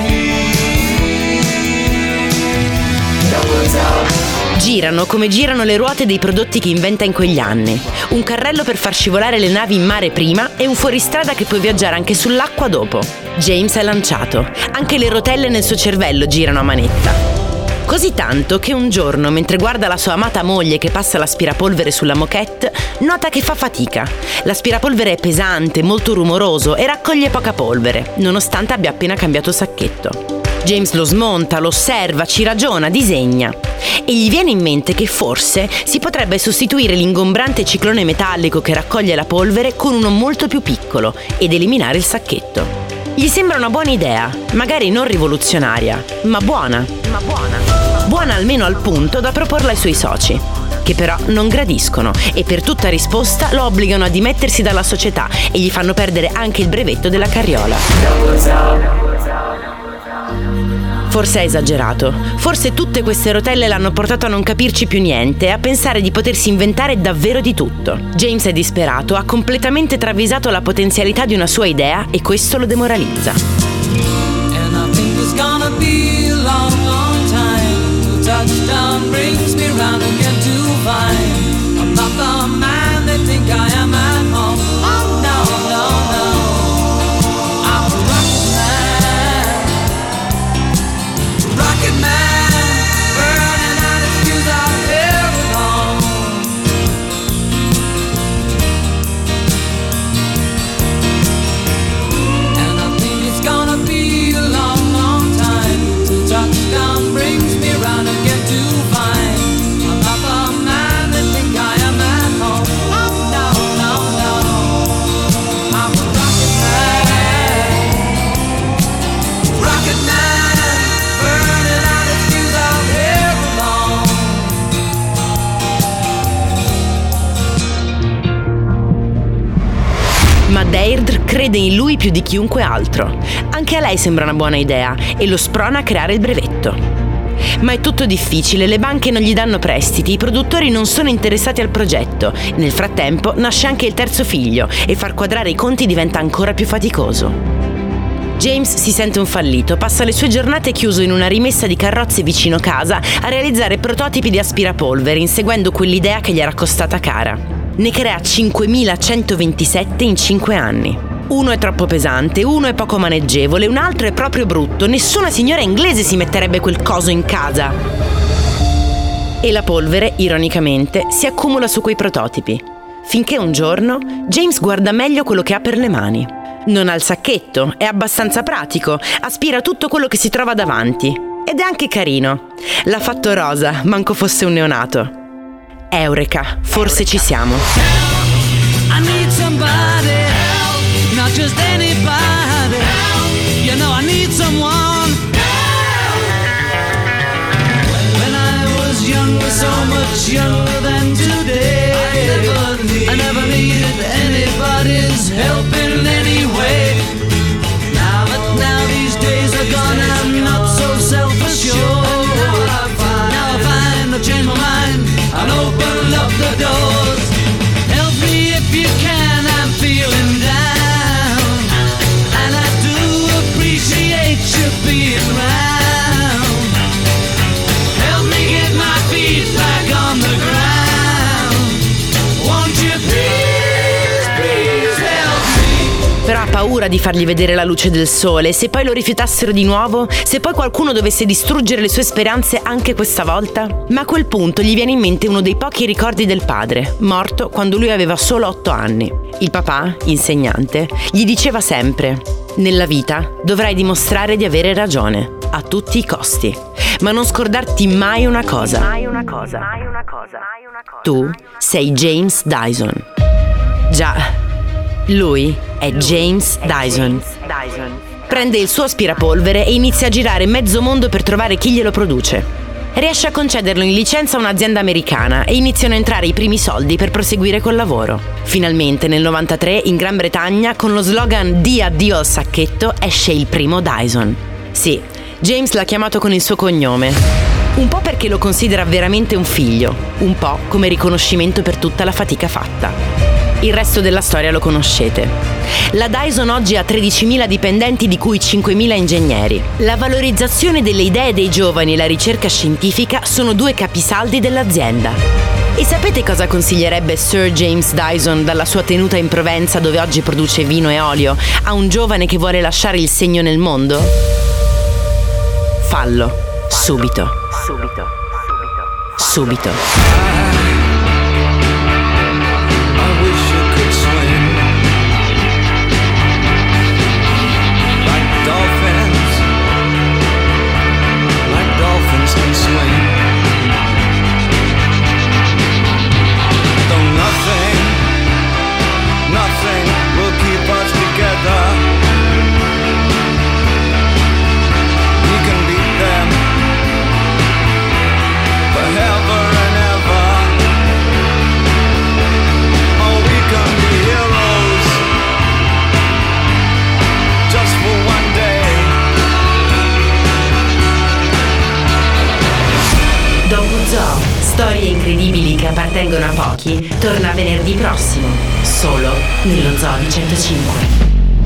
Girano come girano le ruote dei prodotti che inventa in quegli anni. Un carrello per far scivolare le navi in mare prima e un fuoristrada che puoi viaggiare anche sull'acqua dopo. James è lanciato. Anche le rotelle nel suo cervello girano a manetta. Così tanto che un giorno, mentre guarda la sua amata moglie che passa l'aspirapolvere sulla moquette, nota che fa fatica. L'aspirapolvere è pesante, molto rumoroso e raccoglie poca polvere, nonostante abbia appena cambiato sacchetto. James lo smonta, lo osserva, ci ragiona, disegna. E gli viene in mente che forse si potrebbe sostituire l'ingombrante ciclone metallico che raccoglie la polvere con uno molto più piccolo ed eliminare il sacchetto. Gli sembra una buona idea, magari non rivoluzionaria, ma buona. Buona almeno al punto da proporla ai suoi soci, che però non gradiscono e per tutta risposta lo obbligano a dimettersi dalla società e gli fanno perdere anche il brevetto della carriola. Forse è esagerato, forse tutte queste rotelle l'hanno portato a non capirci più niente e a pensare di potersi inventare davvero di tutto. James è disperato, ha completamente travisato la potenzialità di una sua idea e questo lo demoralizza. And I think it's gonna be a long, long time. The touchdown brings me round again to find I'm not the man they think I am at home. Oh no, no, no. I'm a rocket man, burning out his fuse out here alone. And I think it's gonna be a long, long time till touchdown brings me round again to find I'm not the man they think I am at home. Oh no, no, no. I'm a rocket man, burning out his fuse out here alone. Ma Deirdre crede in lui più di chiunque altro. Anche a lei sembra una buona idea e lo sprona a creare il brevetto. Ma è tutto difficile, le banche non gli danno prestiti, i produttori non sono interessati al progetto. Nel frattempo nasce anche il terzo figlio e far quadrare i conti diventa ancora più faticoso. James si sente un fallito, passa le sue giornate chiuso in una rimessa di carrozze vicino casa a realizzare prototipi di aspirapolvere, inseguendo quell'idea che gli era costata cara. Ne crea 5.127 in 5 anni. Uno è troppo pesante, uno è poco maneggevole, un altro è proprio brutto. Nessuna signora inglese si metterebbe quel coso in casa. E la polvere, ironicamente, si accumula su quei prototipi. Finché un giorno James guarda meglio quello che ha per le mani. Non ha il sacchetto, è abbastanza pratico, aspira tutto quello che si trova davanti. Ed è anche carino. L'ha fatto rosa, manco fosse un neonato. Eureka, forse ci siamo. I need somebody help, not just anybody help. You know I need someone help. When I was younger, so much younger than today, I never needed anybody's help in any way. Now these days are gone, I'm not so self-assured. Now I find I've changed my mind and open up the doors. Help me if you can, I'm feeling down, and I do appreciate you being around. Help me get my feet back on the ground. Won't you please, please help me? Però ha paura di fargli vedere la luce del sole. Se poi lo rifiutassero di nuovo, se poi qualcuno dovesse distruggere le sue speranze anche questa volta. Ma a quel punto gli viene in mente uno dei pochi ricordi del padre, morto quando lui aveva solo 8 anni. Il papà, insegnante, gli diceva sempre: nella vita dovrai dimostrare di avere ragione, a tutti i costi. Ma non scordarti mai una cosa. Tu sei James Dyson. Già, lui è James Dyson. Prende il suo aspirapolvere e inizia a girare mezzo mondo per trovare chi glielo produce. Riesce a concederlo in licenza a un'azienda americana e iniziano a entrare i primi soldi per proseguire col lavoro. Finalmente nel 93 in Gran Bretagna, con lo slogan "Di addio al sacchetto", esce il primo Dyson. Sì, James l'ha chiamato con il suo cognome. Un po' perché lo considera veramente un figlio, un po' come riconoscimento per tutta la fatica fatta. Il resto della storia lo conoscete. La Dyson oggi ha 13.000 dipendenti, di cui 5.000 ingegneri. La valorizzazione delle idee dei giovani e la ricerca scientifica sono due capisaldi dell'azienda. E sapete cosa consiglierebbe Sir James Dyson dalla sua tenuta in Provenza, dove oggi produce vino e olio, a un giovane che vuole lasciare il segno nel mondo? Fallo. Subito. Subito. Storie incredibili che appartengono a pochi torna venerdì prossimo, solo nello Zoo di 105.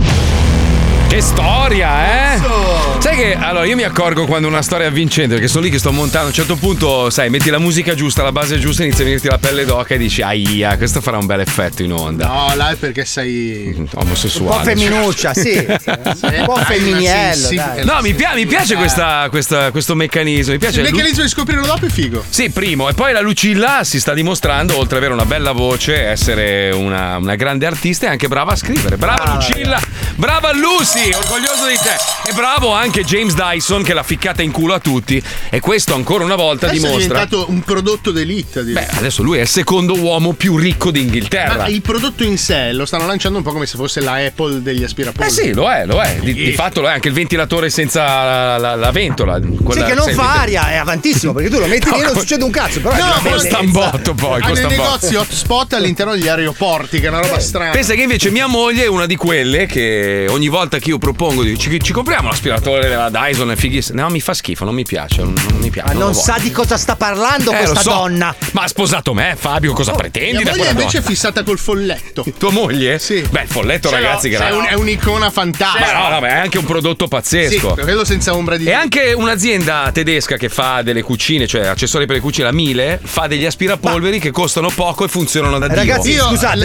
Che storia, eh? Sai che allora io mi accorgo quando una storia è avvincente, perché sono lì che sto montando, a un certo punto, sai, metti la musica giusta, la base giusta, inizia a venirti la pelle d'oca e dici aia, questo farà un bel effetto in onda. No, là è perché sei omosessuale. Un po' femminuccia, sì. Un po' femminiello. No, mi piace questo meccanismo. Mi piace il meccanismo di scoprirlo dopo è figo. Sì, primo. E poi la Lucilla si sta dimostrando, oltre ad avere una bella voce, essere una grande artista e anche brava a scrivere. Brava Lucilla, brava Lucy, orgoglioso di te. E bravo anche James Dyson che l'ha ficcata in culo a tutti. E questo ancora una volta adesso dimostra. è diventato un prodotto d'elite. Beh, adesso lui è il secondo uomo più ricco d'Inghilterra. Ma il prodotto in sé lo stanno lanciando un po' come se fosse la Apple degli aspirapolvere. Sì, lo è. Di fatto lo è anche il ventilatore senza la ventola. Sì, che non fa aria, è avantissimo, perché tu lo metti lì e non succede un cazzo. Però costa un botto poi. Hanno i negozi hotspot all'interno degli aeroporti, che è una roba strana. Pensa che invece mia moglie è una di quelle che ogni volta che io propongo ci compriamo l'aspiratore della Dyson, è fighissimo. No, mi fa schifo, non mi piace. Non mi piace. Non sa di cosa sta parlando questa donna. Ma ha sposato me, Fabio, cosa pretendi? Mia moglie invece è fissata col folletto. Tua moglie? Sì. Beh, il folletto, ragazzi, che è un'icona fantastica. No, è anche un prodotto pazzesco. Sì, quello senza ombra di. E anche un'azienda tedesca che fa delle cucine, cioè accessori per le cucine, la Miele, fa degli aspirapolveri che costano poco e funzionano da Dio. Ragazzi,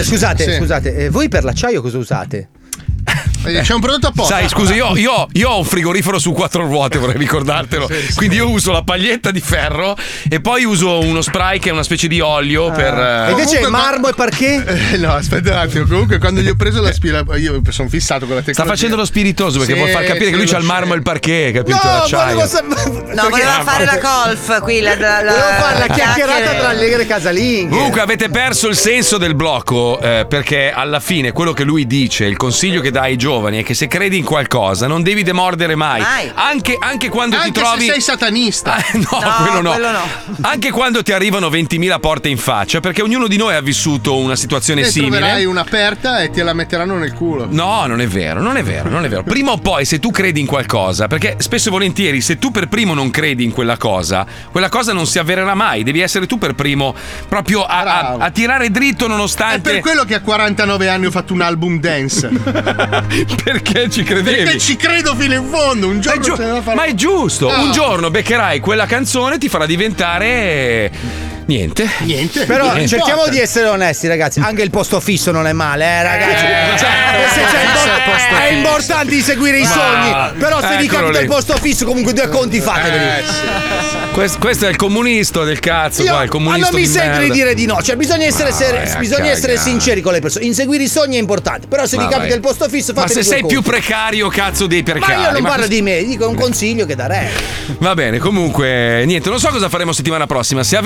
scusate, voi per l'acciaio cosa usate? C'è un prodotto apposta. Sai, scusa, io ho un frigorifero su 4 ruote, vorrei ricordartelo. Quindi io uso la paglietta di ferro e poi uso uno spray che è una specie di olio per. Invece marmo e parquet? No, aspetta un attimo. Comunque, quando gli ho preso io sono fissato con la tecnologia. Sta facendo lo spiritoso perché vuol far capire che lui c'ha il marmo e il parquet, capito? L'acciaio. No, voleva fare la golf qui. Volevo fare la chiacchierata tra allegre casalinghe. Comunque avete perso il senso del blocco, perché alla fine quello che lui dice, il consiglio che dà ai giovani è che se credi in qualcosa non devi demordere mai. Anche quando ti trovi. Se sei satanista. Quello no. Anche quando ti arrivano 20.000 porte in faccia, perché ognuno di noi ha vissuto una situazione simile. Troverai un'aperta e te la metteranno nel culo. No, non è vero. Prima o poi, se tu credi in qualcosa, perché spesso e volentieri, se tu per primo non credi in quella cosa non si avvererà mai. Devi essere tu per primo proprio a tirare dritto nonostante. È per quello che a 49 anni ho fatto un album dance. Perché ci credevi? Perché ci credo fino in fondo. Un giorno ma è giusto. Un giorno beccherai quella canzone e ti farà diventare. Niente. Però cerchiamo di essere onesti, ragazzi. Anche il posto fisso non è male, ragazzi. È importante di seguire i sogni. Però se vi capita il posto fisso, comunque 2 conti fateveli. Questo è il comunista del cazzo. Il comunista. Ma non mi sento di merda. dire di no. Cioè, bisogna essere essere sinceri con le persone. Inseguire i sogni è importante. Però se vi capita il posto fisso, fatevi. Ma se sei più precario, cazzo, dei precari. Ma io non parlo di me, dico un consiglio che darei. Va bene, comunque, niente, non so cosa faremo settimana prossima. Se avete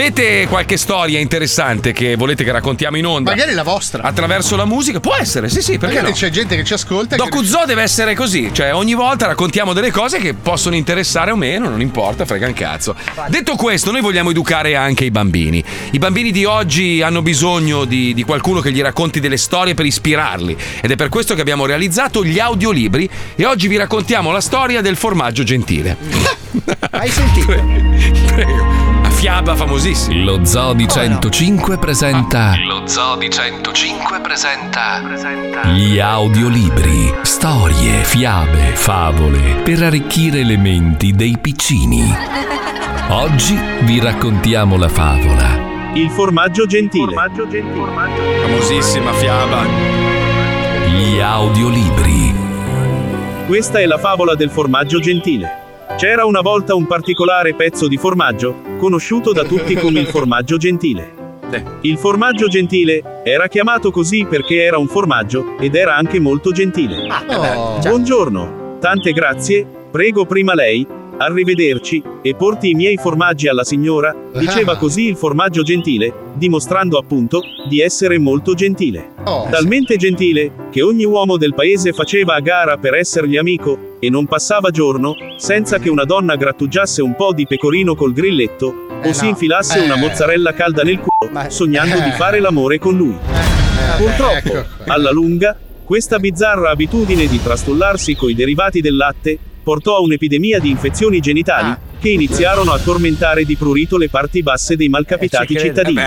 qualche storia interessante che volete che raccontiamo in onda. Magari la vostra. Attraverso la musica. Può essere, sì, perché magari no? C'è gente che ci ascolta. Dokuzoo deve essere così. Cioè, ogni volta raccontiamo delle cose che possono interessare o meno, non importa, frega un cazzo. Detto questo, noi vogliamo educare anche i bambini. I bambini di oggi hanno bisogno di qualcuno che gli racconti delle storie per ispirarli. Ed è per questo che abbiamo realizzato gli audiolibri e oggi vi raccontiamo la storia del formaggio gentile. Hai sentito? Prego. A fiaba famosissima. Lo Zoo di 105 presenta. Lo Zoo di 105 presenta gli audiolibri. Storie, fiabe, favole per arricchire le menti dei piccini. Oggi vi raccontiamo la favola Il formaggio gentile. Famosissima fiaba. Gli audiolibri. Questa è la favola del formaggio gentile. C'era una volta un particolare pezzo di formaggio, conosciuto da tutti come il formaggio gentile. Il formaggio gentile era chiamato così perché era un formaggio ed era anche molto gentile. Buongiorno, tante grazie, prego prima lei, arrivederci, e porti i miei formaggi alla signora, diceva così il formaggio gentile, dimostrando appunto di essere molto gentile. Talmente gentile, che ogni uomo del paese faceva a gara per essergli amico, e non passava giorno, senza che una donna grattugiasse un po' di pecorino col grilletto, o si infilasse una mozzarella calda nel culo, sognando di fare l'amore con lui. Purtroppo, alla lunga, questa bizzarra abitudine di trastullarsi coi derivati del latte, portò a un'epidemia di infezioni genitali che iniziarono a tormentare di prurito le parti basse dei malcapitati cittadini.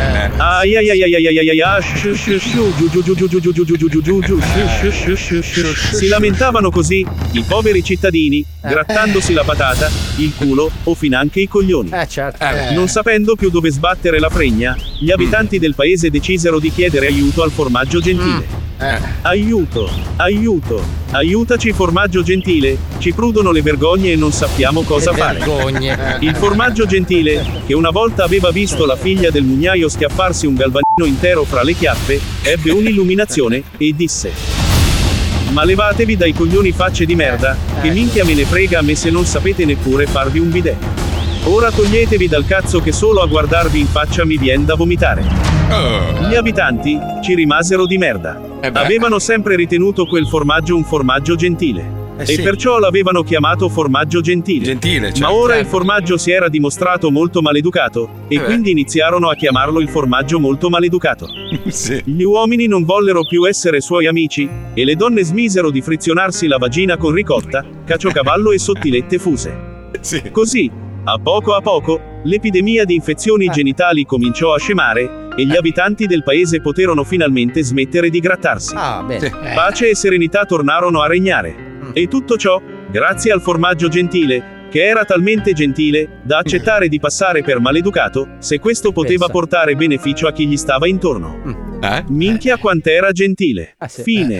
Si lamentavano così i poveri cittadini, grattandosi la patata, il culo o finanche i coglioni. Non sapendo più dove sbattere la fregna, gli abitanti del paese decisero di chiedere aiuto al formaggio gentile. Aiuto, aiuto, aiutaci formaggio gentile, ci prudono le vergogne e non sappiamo cosa fare. Il formaggio gentile, che una volta aveva visto la figlia del mugnaio schiaffarsi un galvanino intero fra le chiappe, ebbe un'illuminazione e disse: ma levatevi dai coglioni facce di merda, che minchia me ne frega a me se non sapete neppure farvi un bidet. Ora toglietevi dal cazzo che solo a guardarvi in faccia mi vien da vomitare. Gli abitanti ci rimasero di merda. Avevano sempre ritenuto quel formaggio un formaggio gentile. E perciò l'avevano chiamato formaggio gentile. Ma ora il formaggio si era dimostrato molto maleducato, e quindi iniziarono a chiamarlo il formaggio molto maleducato. Gli uomini non vollero più essere suoi amici, e le donne smisero di frizionarsi la vagina con ricotta, caciocavallo e sottilette fuse. Così, a poco, l'epidemia di infezioni genitali cominciò a scemare, e gli abitanti del paese poterono finalmente smettere di grattarsi. Pace e serenità tornarono a regnare. E tutto ciò, grazie al formaggio gentile, che era talmente gentile da accettare di passare per maleducato, se questo poteva portare beneficio a chi gli stava intorno. Minchia quant'era gentile. Fine.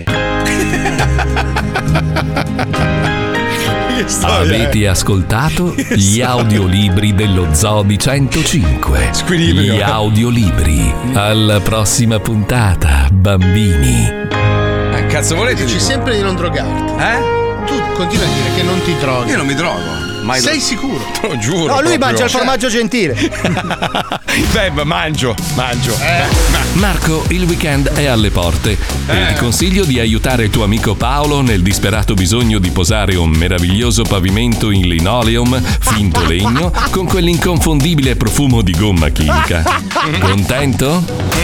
Avete ascoltato gli audiolibri dello Zoo di 105. Gli audiolibri. Alla prossima puntata, bambini. Cazzo volete? Dici sempre di non drogarti. Tu continui a dire che non ti droghi. Io non mi drogo. Sei sicuro? Te lo giuro. No, lui mangia il formaggio gentile. Beh, mangio. Marco, il weekend è alle porte e ti consiglio di aiutare il tuo amico Paolo nel disperato bisogno di posare un meraviglioso pavimento in linoleum finto legno con quell'inconfondibile profumo di gomma chimica. Contento?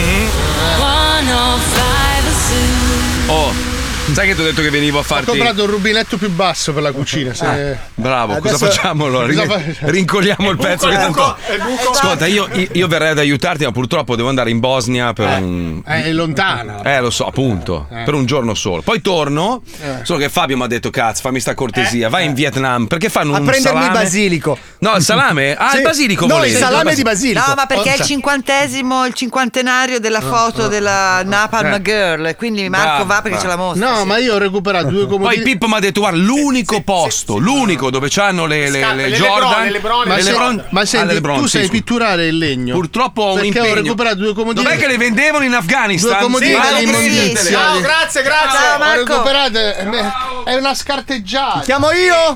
Sai che ti ho detto che venivo a farti. Ho comprato un rubinetto più basso per la cucina. Bravo, Adesso... cosa facciamo allora? Rincolliamo il pezzo che tanto. Ascolta, io verrei ad aiutarti, ma purtroppo devo andare in Bosnia per un. È lontano. Lo so, appunto. Per un giorno solo. Poi torno. Solo che Fabio mi ha detto: cazzo, fammi sta cortesia, vai in Vietnam. Perché fanno un prendermi salame? il basilico. No, il salame? Il basilico no, volevi. il salame di basilico. No, ma perché è il cinquantenario della foto della Napalm Girl. Quindi Marco va perché ce la mostra. No, ma io ho recuperato 2 comodini. Poi Pippo mi ha detto: guarda, l'unico posto, l'unico dove c'hanno le Jordan. Ma senti, tu sai pitturare il legno. Purtroppo ho un perché impegno. ho recuperato 2 comodini. Dov'è che le vendevano in Afghanistan? 2 comodini dell'immondizia. Ciao, grazie. Ciao, Marco. Ho recuperato. È una scarteggiata. Chiamo io?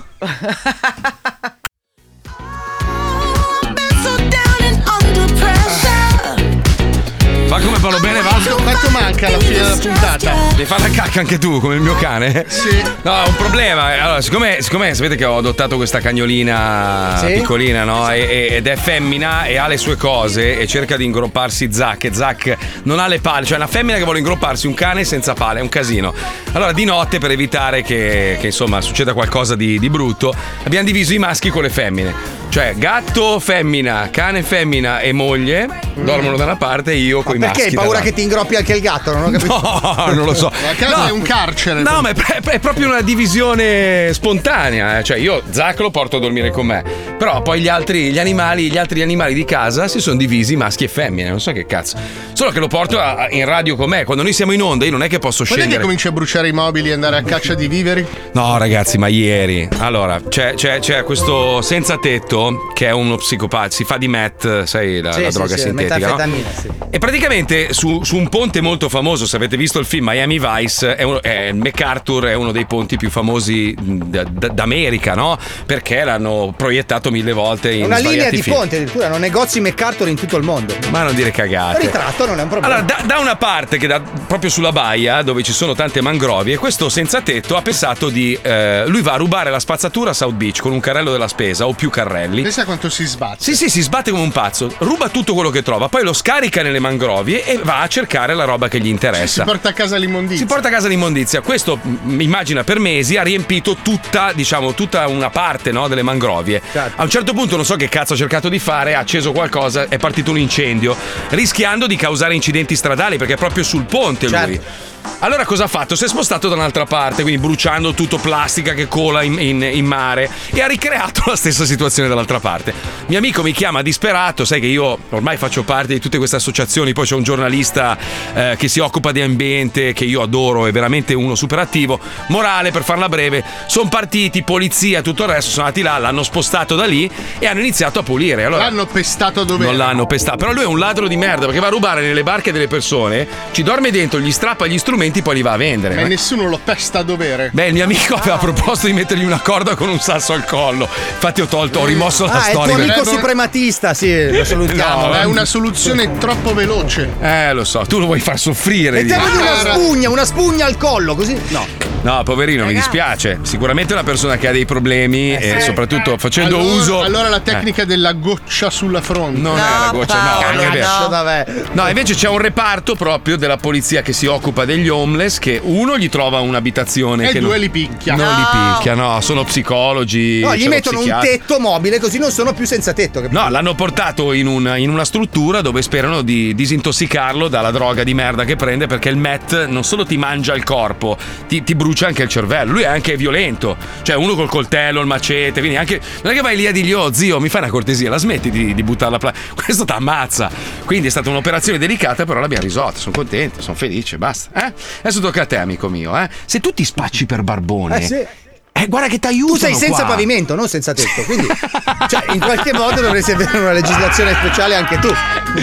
Devi fare la cacca anche tu, come il mio cane? Sì. No, è un problema. Allora, siccome sapete che ho adottato questa cagnolina piccolina, no? Ed è femmina e ha le sue cose e cerca di ingropparsi Zack. E Zack non ha le pale, cioè una femmina che vuole ingropparsi un cane senza pale, è un casino. Allora, di notte, per evitare che insomma succeda qualcosa di brutto, abbiamo diviso i maschi con le femmine. Cioè, gatto, femmina, cane, femmina e moglie dormono da una parte e io con i maschi. Perché hai paura che ti ingroppi anche il gatto? Non ho capito. No, non lo so. La casa è un carcere. No, ma è proprio una divisione spontanea. Cioè, io Zack lo porto a dormire con me. Però poi gli altri animali di casa si sono divisi maschi e femmine. Non so che cazzo. Solo che lo porto in radio con me. Quando noi siamo in onda, io non è che posso Quando scendere. è che cominci a bruciare i mobili e andare a caccia di viveri? No, ragazzi, ma ieri. Allora, c'è questo senza tetto che è uno psicopatico. Si fa di meth, sai, la droga sintetica, no? Sì. E praticamente su un ponte molto famoso, se avete visto il film Miami Vice, MacArthur è uno dei ponti più famosi d'America, no? Perché l'hanno proiettato 1000 volte in una linea di film. ponti, addirittura hanno negozi MacArthur in tutto il mondo. Ma non dire cagate. Il ritratto non è un problema. Allora, da una parte che proprio sulla baia, dove ci sono tante mangrovie, questo senza tetto ha pensato di lui va a rubare la spazzatura a South Beach con un carrello della spesa o più carrelli. Pensa quanto si sbatte. Sì, si sbatte come un pazzo, ruba tutto quello che trova, poi lo scarica nelle mangrovie e va a cercare la roba che gli interessa. Si porta a casa l'immondizia. Questo, immagina, per mesi ha riempito tutta una parte, no, delle mangrovie. Certo. A un certo punto non so che cazzo ha cercato di fare, ha acceso qualcosa, è partito un incendio, rischiando di causare incidenti stradali perché è proprio sul ponte lui. Allora cosa ha fatto? Si è spostato da un'altra parte, quindi bruciando tutto plastica che cola in mare, e ha ricreato la stessa situazione dall'altra parte. Mio amico mi chiama disperato, sai che io ormai faccio parte di tutte queste associazioni, poi c'è un giornalista che si occupa di ambiente che io adoro, è veramente uno super attivo. Morale, per farla breve, sono partiti, polizia, tutto il resto, sono andati là, l'hanno spostato da lì e hanno iniziato a pulire. Allora, l'hanno pestato dove? Non l'hanno pestato, però lui è un ladro di merda perché va a rubare nelle barche delle persone, ci dorme dentro, gli strappa gli strumenti, poi li va a vendere. Ma nessuno lo pesta a dovere. Beh, il mio amico aveva proposto di mettergli una corda con un sasso al collo. Infatti ho rimosso la storia. È il tuo amico suprematista, sì, lo salutiamo. No, è una soluzione troppo veloce. Lo so, tu lo vuoi far soffrire. Mettiamogli una spugna al collo, così. No, poverino, mi dispiace. Sicuramente è una persona che ha dei problemi e soprattutto facendo uso. Allora la tecnica della goccia sulla fronte. Non è la goccia, non è vero. No, invece c'è un reparto proprio della polizia che si occupa degli homeless, che uno gli trova un'abitazione e che due li picchia. Non li picchia, no, sono psicologi. No, gli mettono un tetto mobile, così non sono più senza tetto. Capito? No, l'hanno portato in una struttura dove sperano di disintossicarlo dalla droga di merda che prende, perché il meth non solo ti mangia il corpo, ti brucia anche il cervello. Lui è anche violento, cioè uno col coltello, il macete, quindi anche non è che vai lì a dirgli: oh zio, mi fai una cortesia, la smetti di buttarla questo t'ammazza. Quindi è stata un'operazione delicata, però l'abbiamo risolta, sono contento, sono felice, basta. Adesso tocca a te, amico mio, se tu ti spacci per barbone, sì. Guarda che ti aiutano. Tu sei senza qua. pavimento, non senza tetto, quindi cioè, in qualche modo dovresti avere una legislazione speciale anche tu.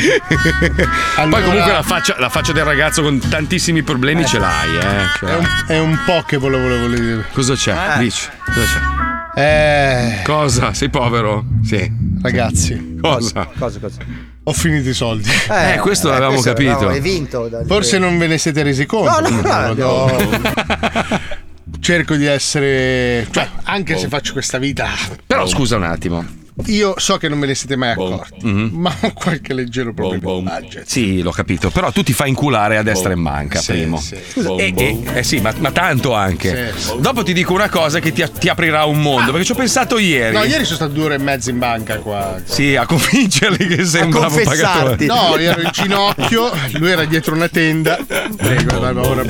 Allora, poi comunque la faccia del ragazzo con tantissimi problemi ce l'hai, cioè. È un po' che volevo dire. Cosa c'è? Dici, cosa c'è? Cosa? Sei povero? Sì. Ragazzi. Cosa? Ho finito i soldi. Questo l'avevamo capito. Hai vinto. Forse non ve ne siete resi conto. No. Cerco di essere, cioè, anche se faccio questa vita. Però scusa un attimo. Io so che non me ne siete mai accorti, ma ho qualche leggero problema di budget. Sì, l'ho capito. Però tu ti fai inculare a destra e in manca, primo. Sì. Sì, ma tanto anche. Sì. Dopo ti dico una cosa che ti aprirà un mondo, perché ci ho pensato ieri. No, ieri sono stato 2 ore e mezza in banca qua. Sì, a convincerli che sei un bravo pagatore. No, io ero in ginocchio, lui era dietro una tenda. Prego, ora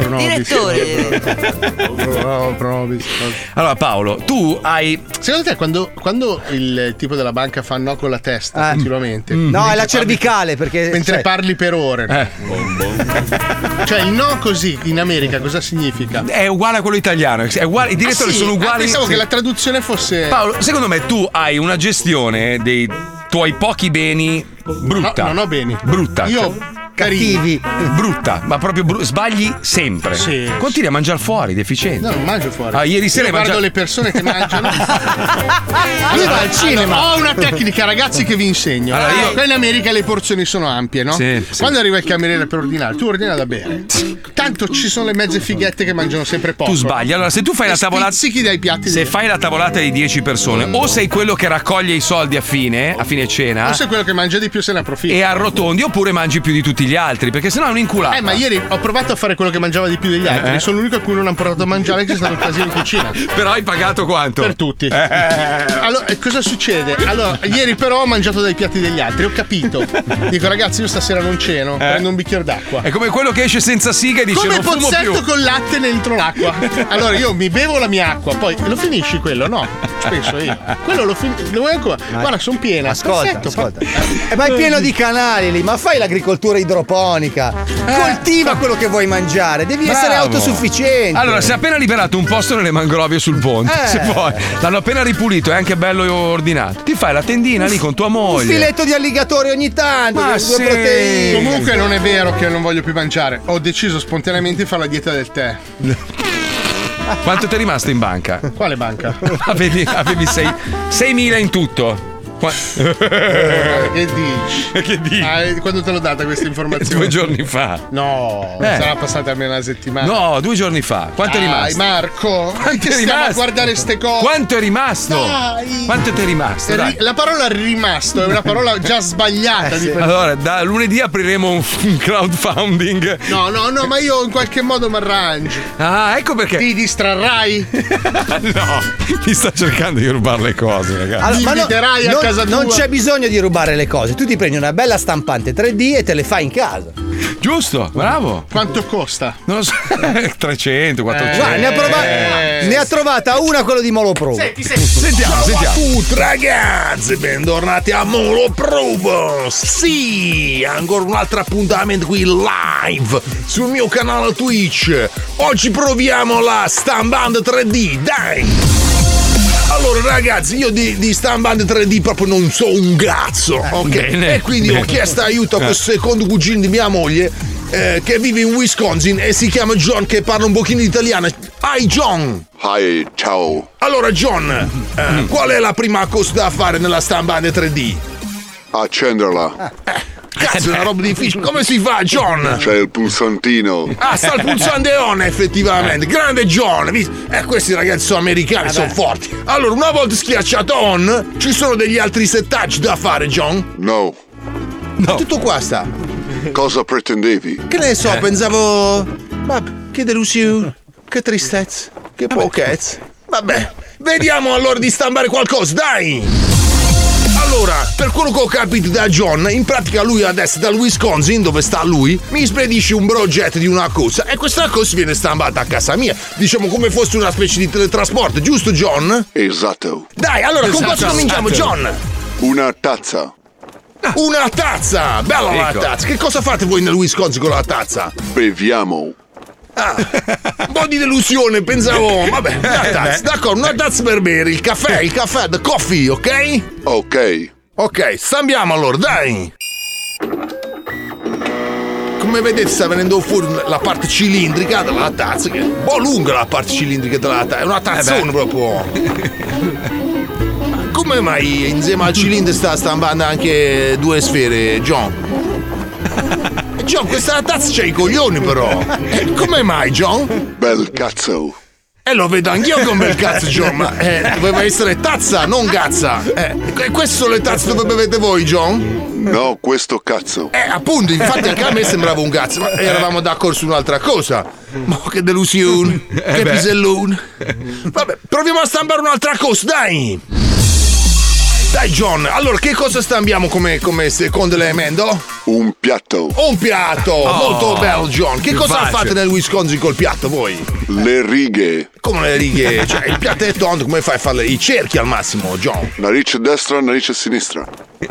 Pronovis. Allora Paolo, tu hai... Secondo te quando il tipo della banca fa no con la testa continuamente? No, è la cervicale, perché mentre parli per ore. Cioè il no così in America cosa significa? È uguale a quello italiano, è uguale, i direttori sono uguali. Pensavo che la traduzione fosse... Paolo, secondo me tu hai una gestione dei tuoi pochi beni brutta. No, non ho beni. Brutta. Io cattivi. Brutta, ma proprio sbagli sempre. Sì. Continui a mangiare fuori, deficiente. No, non mangio fuori. Ieri sera io guardo le persone che mangiano. Lui va al cinema. Ho una tecnica, ragazzi, che vi insegno. Qua in America le porzioni sono ampie, no? Sì. Quando arriva il cameriere per ordinare, tu ordina da bere. Tanto ci sono le mezze fighette che mangiano sempre poco. Tu sbagli. Allora, se tu fai la tavolata. Dai piatti. Se fai la tavolata di 10 persone, o sei quello che raccoglie i soldi a fine cena. O sei quello che mangia di più, se ne approfitta. E arrotondi, oppure mangi più di tutti gli altri, perché sennò è un'inculata. Ma ieri ho provato a fare quello che mangiava di più degli altri. Sono l'unico a cui non hanno portato a mangiare, che è stato un casino in cucina. Però hai pagato quanto? Per tutti. Allora, cosa succede? Allora, ieri però ho mangiato dai piatti degli altri, ho capito. Dico, ragazzi, io stasera non ceno, prendo un bicchiere d'acqua. È come quello che esce senza siga e dice come non fumo pozzetto più. con latte dentro l'acqua. Allora io mi bevo la mia acqua, poi lo finisci quello? No, penso io. Quello lo vuoi ancora? Guarda, sono piena. Ascolta. Perfetto. Ma è pieno di canali lì, ma fai l'agricoltura idroponica. Coltiva quello che vuoi mangiare, devi essere autosufficiente. Allora, si è appena liberato un posto nelle mangrovie sul ponte. Se vuoi. L'hanno appena ripulito, è anche bello ordinato. Ti fai la tendina lì con tua moglie. Un filetto di alligatore ogni tanto, Ma due proteine. Comunque non è vero che non voglio più mangiare. Ho deciso spontaneamente di fare la dieta del tè. Quanto ti è rimasto in banca? Quale banca? Avevi 6.000 in tutto. Che dici? Che dici? Quando te l'ho data questa informazione? 2 giorni fa. No, sarà passata almeno una settimana. No, 2 giorni fa. Quanto è rimasto? Marco, quanto è rimasto? A guardare ste cose. Quanto è rimasto? Dai. Quanto ti è rimasto? Dai. La parola rimasto è una parola già sbagliata. Sì. Allora, da lunedì apriremo un crowdfunding. No, ma io in qualche modo mi arrangio. Ah, ecco perché. Ti distrarrai? No, mi sta cercando di rubare le cose, ragazzi. Allora, mi inviterai a casa tua? Non c'è bisogno di rubare le cose. Tu ti prendi una bella stampante 3D e te le fai in casa. Giusto, bravo. Quanto costa? Non lo so. 300, 400. Guarda, ne ha trovata una, quello di Molo Pro. Sentiamo. Ciao a tutti ragazzi, bentornati a Molo Pro. Sì, ancora un altro appuntamento qui live sul mio canale Twitch. Oggi proviamo la stampante 3D, dai. Allora ragazzi, io di stampante 3D proprio non so un cazzo, ok? Bene, e quindi ho chiesto aiuto a questo secondo cugino di mia moglie che vive in Wisconsin e si chiama John, che parla un pochino di italiano. Hi John! Hi, ciao. Allora John, qual è la prima cosa da fare nella stampante 3D? Accenderla. Cazzo, è una roba difficile. Come si fa, John? C'è il pulsantino. Ah, sta il pulsanteone, effettivamente. Grande John. Questi ragazzi sono americani, sono forti. Allora, una volta schiacciato on, ci sono degli altri settaggi da fare, John? No. Tutto qua sta. Cosa pretendevi? Che ne so, pensavo... Vabbè, che delusione, che tristezza, che pochezza. Vabbè, vediamo allora di stampare qualcosa, dai! Allora, per quello che ho capito da John, in pratica lui adesso dal Wisconsin, dove sta lui, mi spedisce un progetto di una cosa e questa cosa viene stampata a casa mia. Diciamo come fosse una specie di teletrasporto, giusto John? Esatto. Dai, allora con cosa cominciamo, John? Una tazza. Una tazza! Bella la tazza! Che cosa fate voi nel Wisconsin con la tazza? Beviamo. Ah, un po' di delusione, pensavo. Vabbè, una tazza, d'accordo, una tazza per bere, il caffè, the coffee, ok? Ok, stambiamo allora, dai! Come vedete sta venendo fuori la parte cilindrica della tazza, che è un po' lunga la parte cilindrica della tazza, è una tazzone proprio. Come mai insieme al cilindro sta stampando anche 2 sfere, John? John, questa tazza c'ha i coglioni però. Come mai, John? Bel cazzo. Lo vedo anch'io con bel cazzo, John, ma doveva essere tazza, non cazza. Queste sono le tazze dove bevete voi, John? No, questo cazzo. Appunto, infatti anche a me sembrava un cazzo, ma eravamo d'accordo su un'altra cosa. Ma che delusione, che pisellone. Vabbè, proviamo a stampare un'altra cosa, dai. Dai John, allora che cosa stampiamo come secondo elemento? Un piatto. Un piatto, molto bello John. Che cosa fate nel Wisconsin col piatto voi? Le righe. Come le righe? Cioè il piatto è tondo, come fai a fare i cerchi al massimo, John? Narice destra, narice sinistra.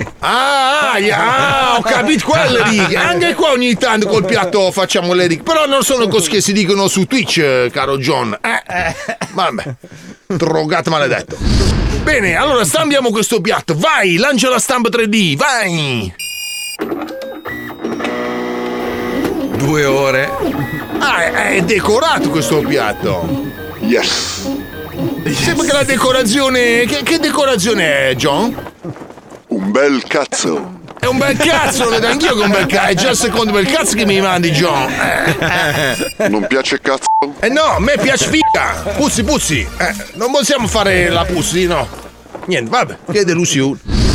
Ho capito quelle righe. Anche qua ogni tanto col piatto facciamo le righe. Però non sono cose che si dicono su Twitch, caro John. Vabbè, drogato maledetto. Bene, allora stampiamo questo piatto. Vai, lancia la stampa 3D, vai! 2 ore. È decorato questo piatto. Yes. Sembra che la decorazione. Che decorazione è, John? Un bel cazzo. È un bel cazzo, lo vedo anch'io che è un bel cazzo. È già il secondo bel cazzo che mi mandi, John. Non piace cazzo? No, a me piace figa. Puzzi. Non possiamo fare la puzzi, no. Niente, vabbè, che delusione.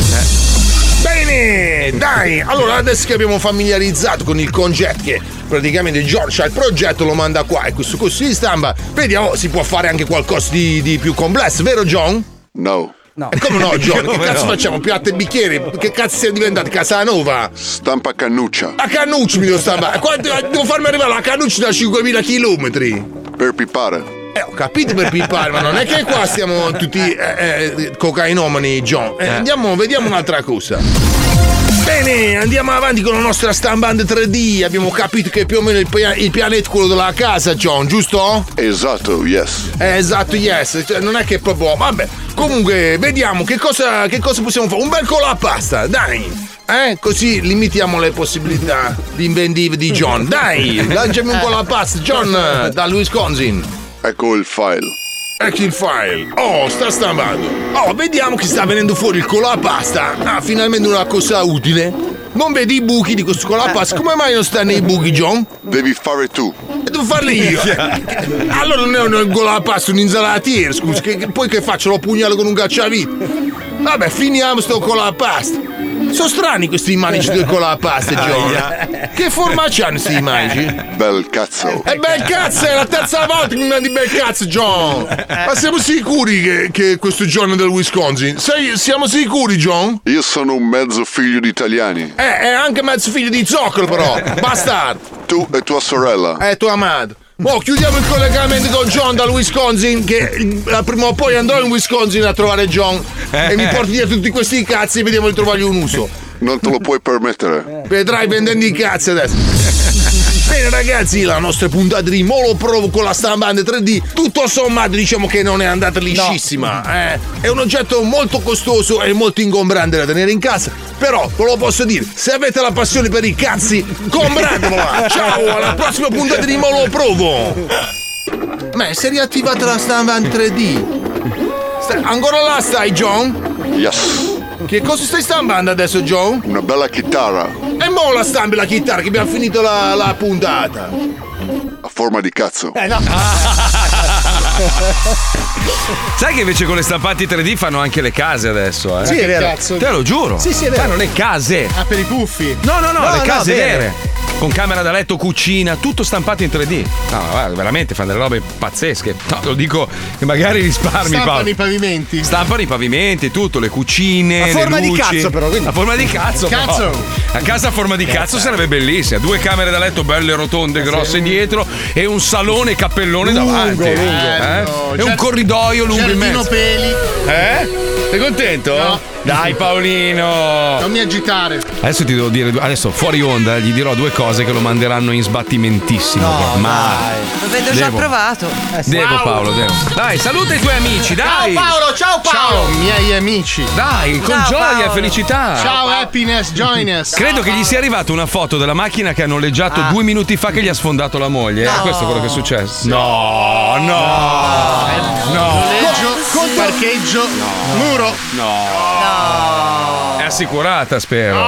Bene, dai. Allora, adesso che abbiamo familiarizzato con il concetto che praticamente John c'ha il progetto, lo manda qua e questo così stampa. Vediamo, si può fare anche qualcosa di più complesso, vero John? No. E come no, John? Che cazzo facciamo? Piatto e bicchieri? Che cazzo siamo diventati? Casanova? Stampa cannuccia. La cannuccia mi devo stampare. Devo farmi arrivare la cannuccia da 5.000 chilometri. Per pippare. Ho capito per pippare, ma non è che qua stiamo tutti cocainomani, John. Vediamo un'altra cosa. Bene, andiamo avanti con la nostra stampante 3D. Abbiamo capito che più o meno il pianeta è quello della casa, John, giusto? Esatto, yes. Esatto, yes. Cioè, non è che proprio. Vabbè. Comunque, vediamo che cosa possiamo fare. Un bel colapasta, dai. Così limitiamo le possibilità di inventive di John. Dai, lanciami un colapasta, John, dal Wisconsin. Ecco il file. Ecco il file. Oh, sta stampando. Oh, vediamo che sta venendo fuori il colapasta. Finalmente una cosa utile. Non vedi i buchi di questo colapasta? Come mai non stanno i buchi, John? Devi fare tu. E devo farli io. Allora non è un colapasta, un'insalatiera, scusa. Poi che faccio? Lo pugnalo con un cacciavite. Vabbè, finiamo sto colapasta. Sono strani questi manici del colapasta, John. Che forma c'hanno questi manici? Bel cazzo. Bel cazzo, è la terza volta che mi mandi bel cazzo, John. Ma siamo sicuri che questo John è del Wisconsin? Siamo sicuri, John? Io sono un mezzo figlio di italiani. È anche mezzo figlio di zoccolo, però. Bastardo. Tu e tua sorella. Tua madre. Chiudiamo il collegamento con John dal Wisconsin, che prima o poi andrò in Wisconsin a trovare John e mi porti via tutti questi cazzi e vediamo di trovargli un uso. Non te lo puoi permettere. Vedrai vendendo i cazzi adesso. Bene ragazzi, la nostra puntata di Molo Pro con la stampante 3D tutto sommato diciamo che non è andata liscissima. È un oggetto molto costoso e molto ingombrante da tenere in casa, però ve lo posso dire, se avete la passione per i cazzi compratevela. Ciao, alla prossima puntata di Molo Provo. Ma si è riattivata la stampante 3D. Ancora là stai, John? Yes. Che cosa stai stampando adesso, John? Una bella chitarra. E mo la stampi la chitarra che abbiamo finito la puntata. A forma di cazzo. No. Sai che invece con le stampanti 3D fanno anche le case adesso, Sì, è vero. Cazzo. Te lo giuro. Sì, è vero. Fanno le case. Per i puffi? No, le case vero. vere. Con camera da letto, cucina, tutto stampato in 3D. No, guarda, veramente fanno delle robe pazzesche. No, lo dico che magari risparmi. Stampano i pavimenti. Stampano i pavimenti, tutto, le cucine. A forma le luci. di cazzo, però. Quindi. A forma di cazzo. Cazzo. Però. La casa a forma di cazzo sarebbe bellissima. 2 camere da letto belle rotonde, grosse dietro e un salone cappellone davanti. E un corridoio lungo in mezzo. Peli. Sei contento? No. Dai Paolino. Non mi agitare. Adesso ti devo dire, adesso fuori onda gli dirò 2 cose che lo manderanno in sbattimentissimo. Ma lo vedo già provato. Devo Paolo, devo. Dai, saluta i tuoi amici, dai. Ciao Paolo. Miei amici. Dai, con Ciao, gioia e Paolo. felicità. Ciao happiness, joyness. Credo che gli sia arrivata una foto della macchina che ha noleggiato 2 minuti fa che gli ha sfondato la moglie. Questo è quello che è successo. No. Noleggio, parcheggio, muro. È assicurata, spero.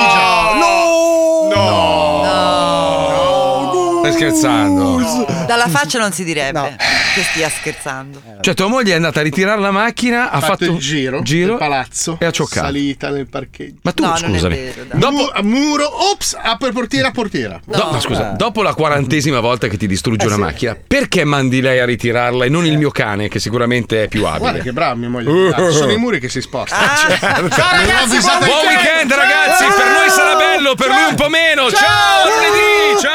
Stai scherzando? Dalla faccia non si direbbe che stia scherzando. Cioè, tua moglie è andata a ritirare la macchina, ha fatto il giro del palazzo e ha cioccato. Salita nel parcheggio. Ma tu, scusami. Non è vero, dai. Dopo muro, ops, per portiera a portiera. Ma scusa, dopo la 40ª volta che ti distrugge una macchina, perché mandi lei a ritirarla e non il mio cane, che sicuramente è più abile? Guarda che brava mia moglie. Ci sono i muri che si spostano. Ciao ragazzi, buon weekend ragazzi, per noi sarà bello, per lui un po' meno. Ciao, lunedì, ciao.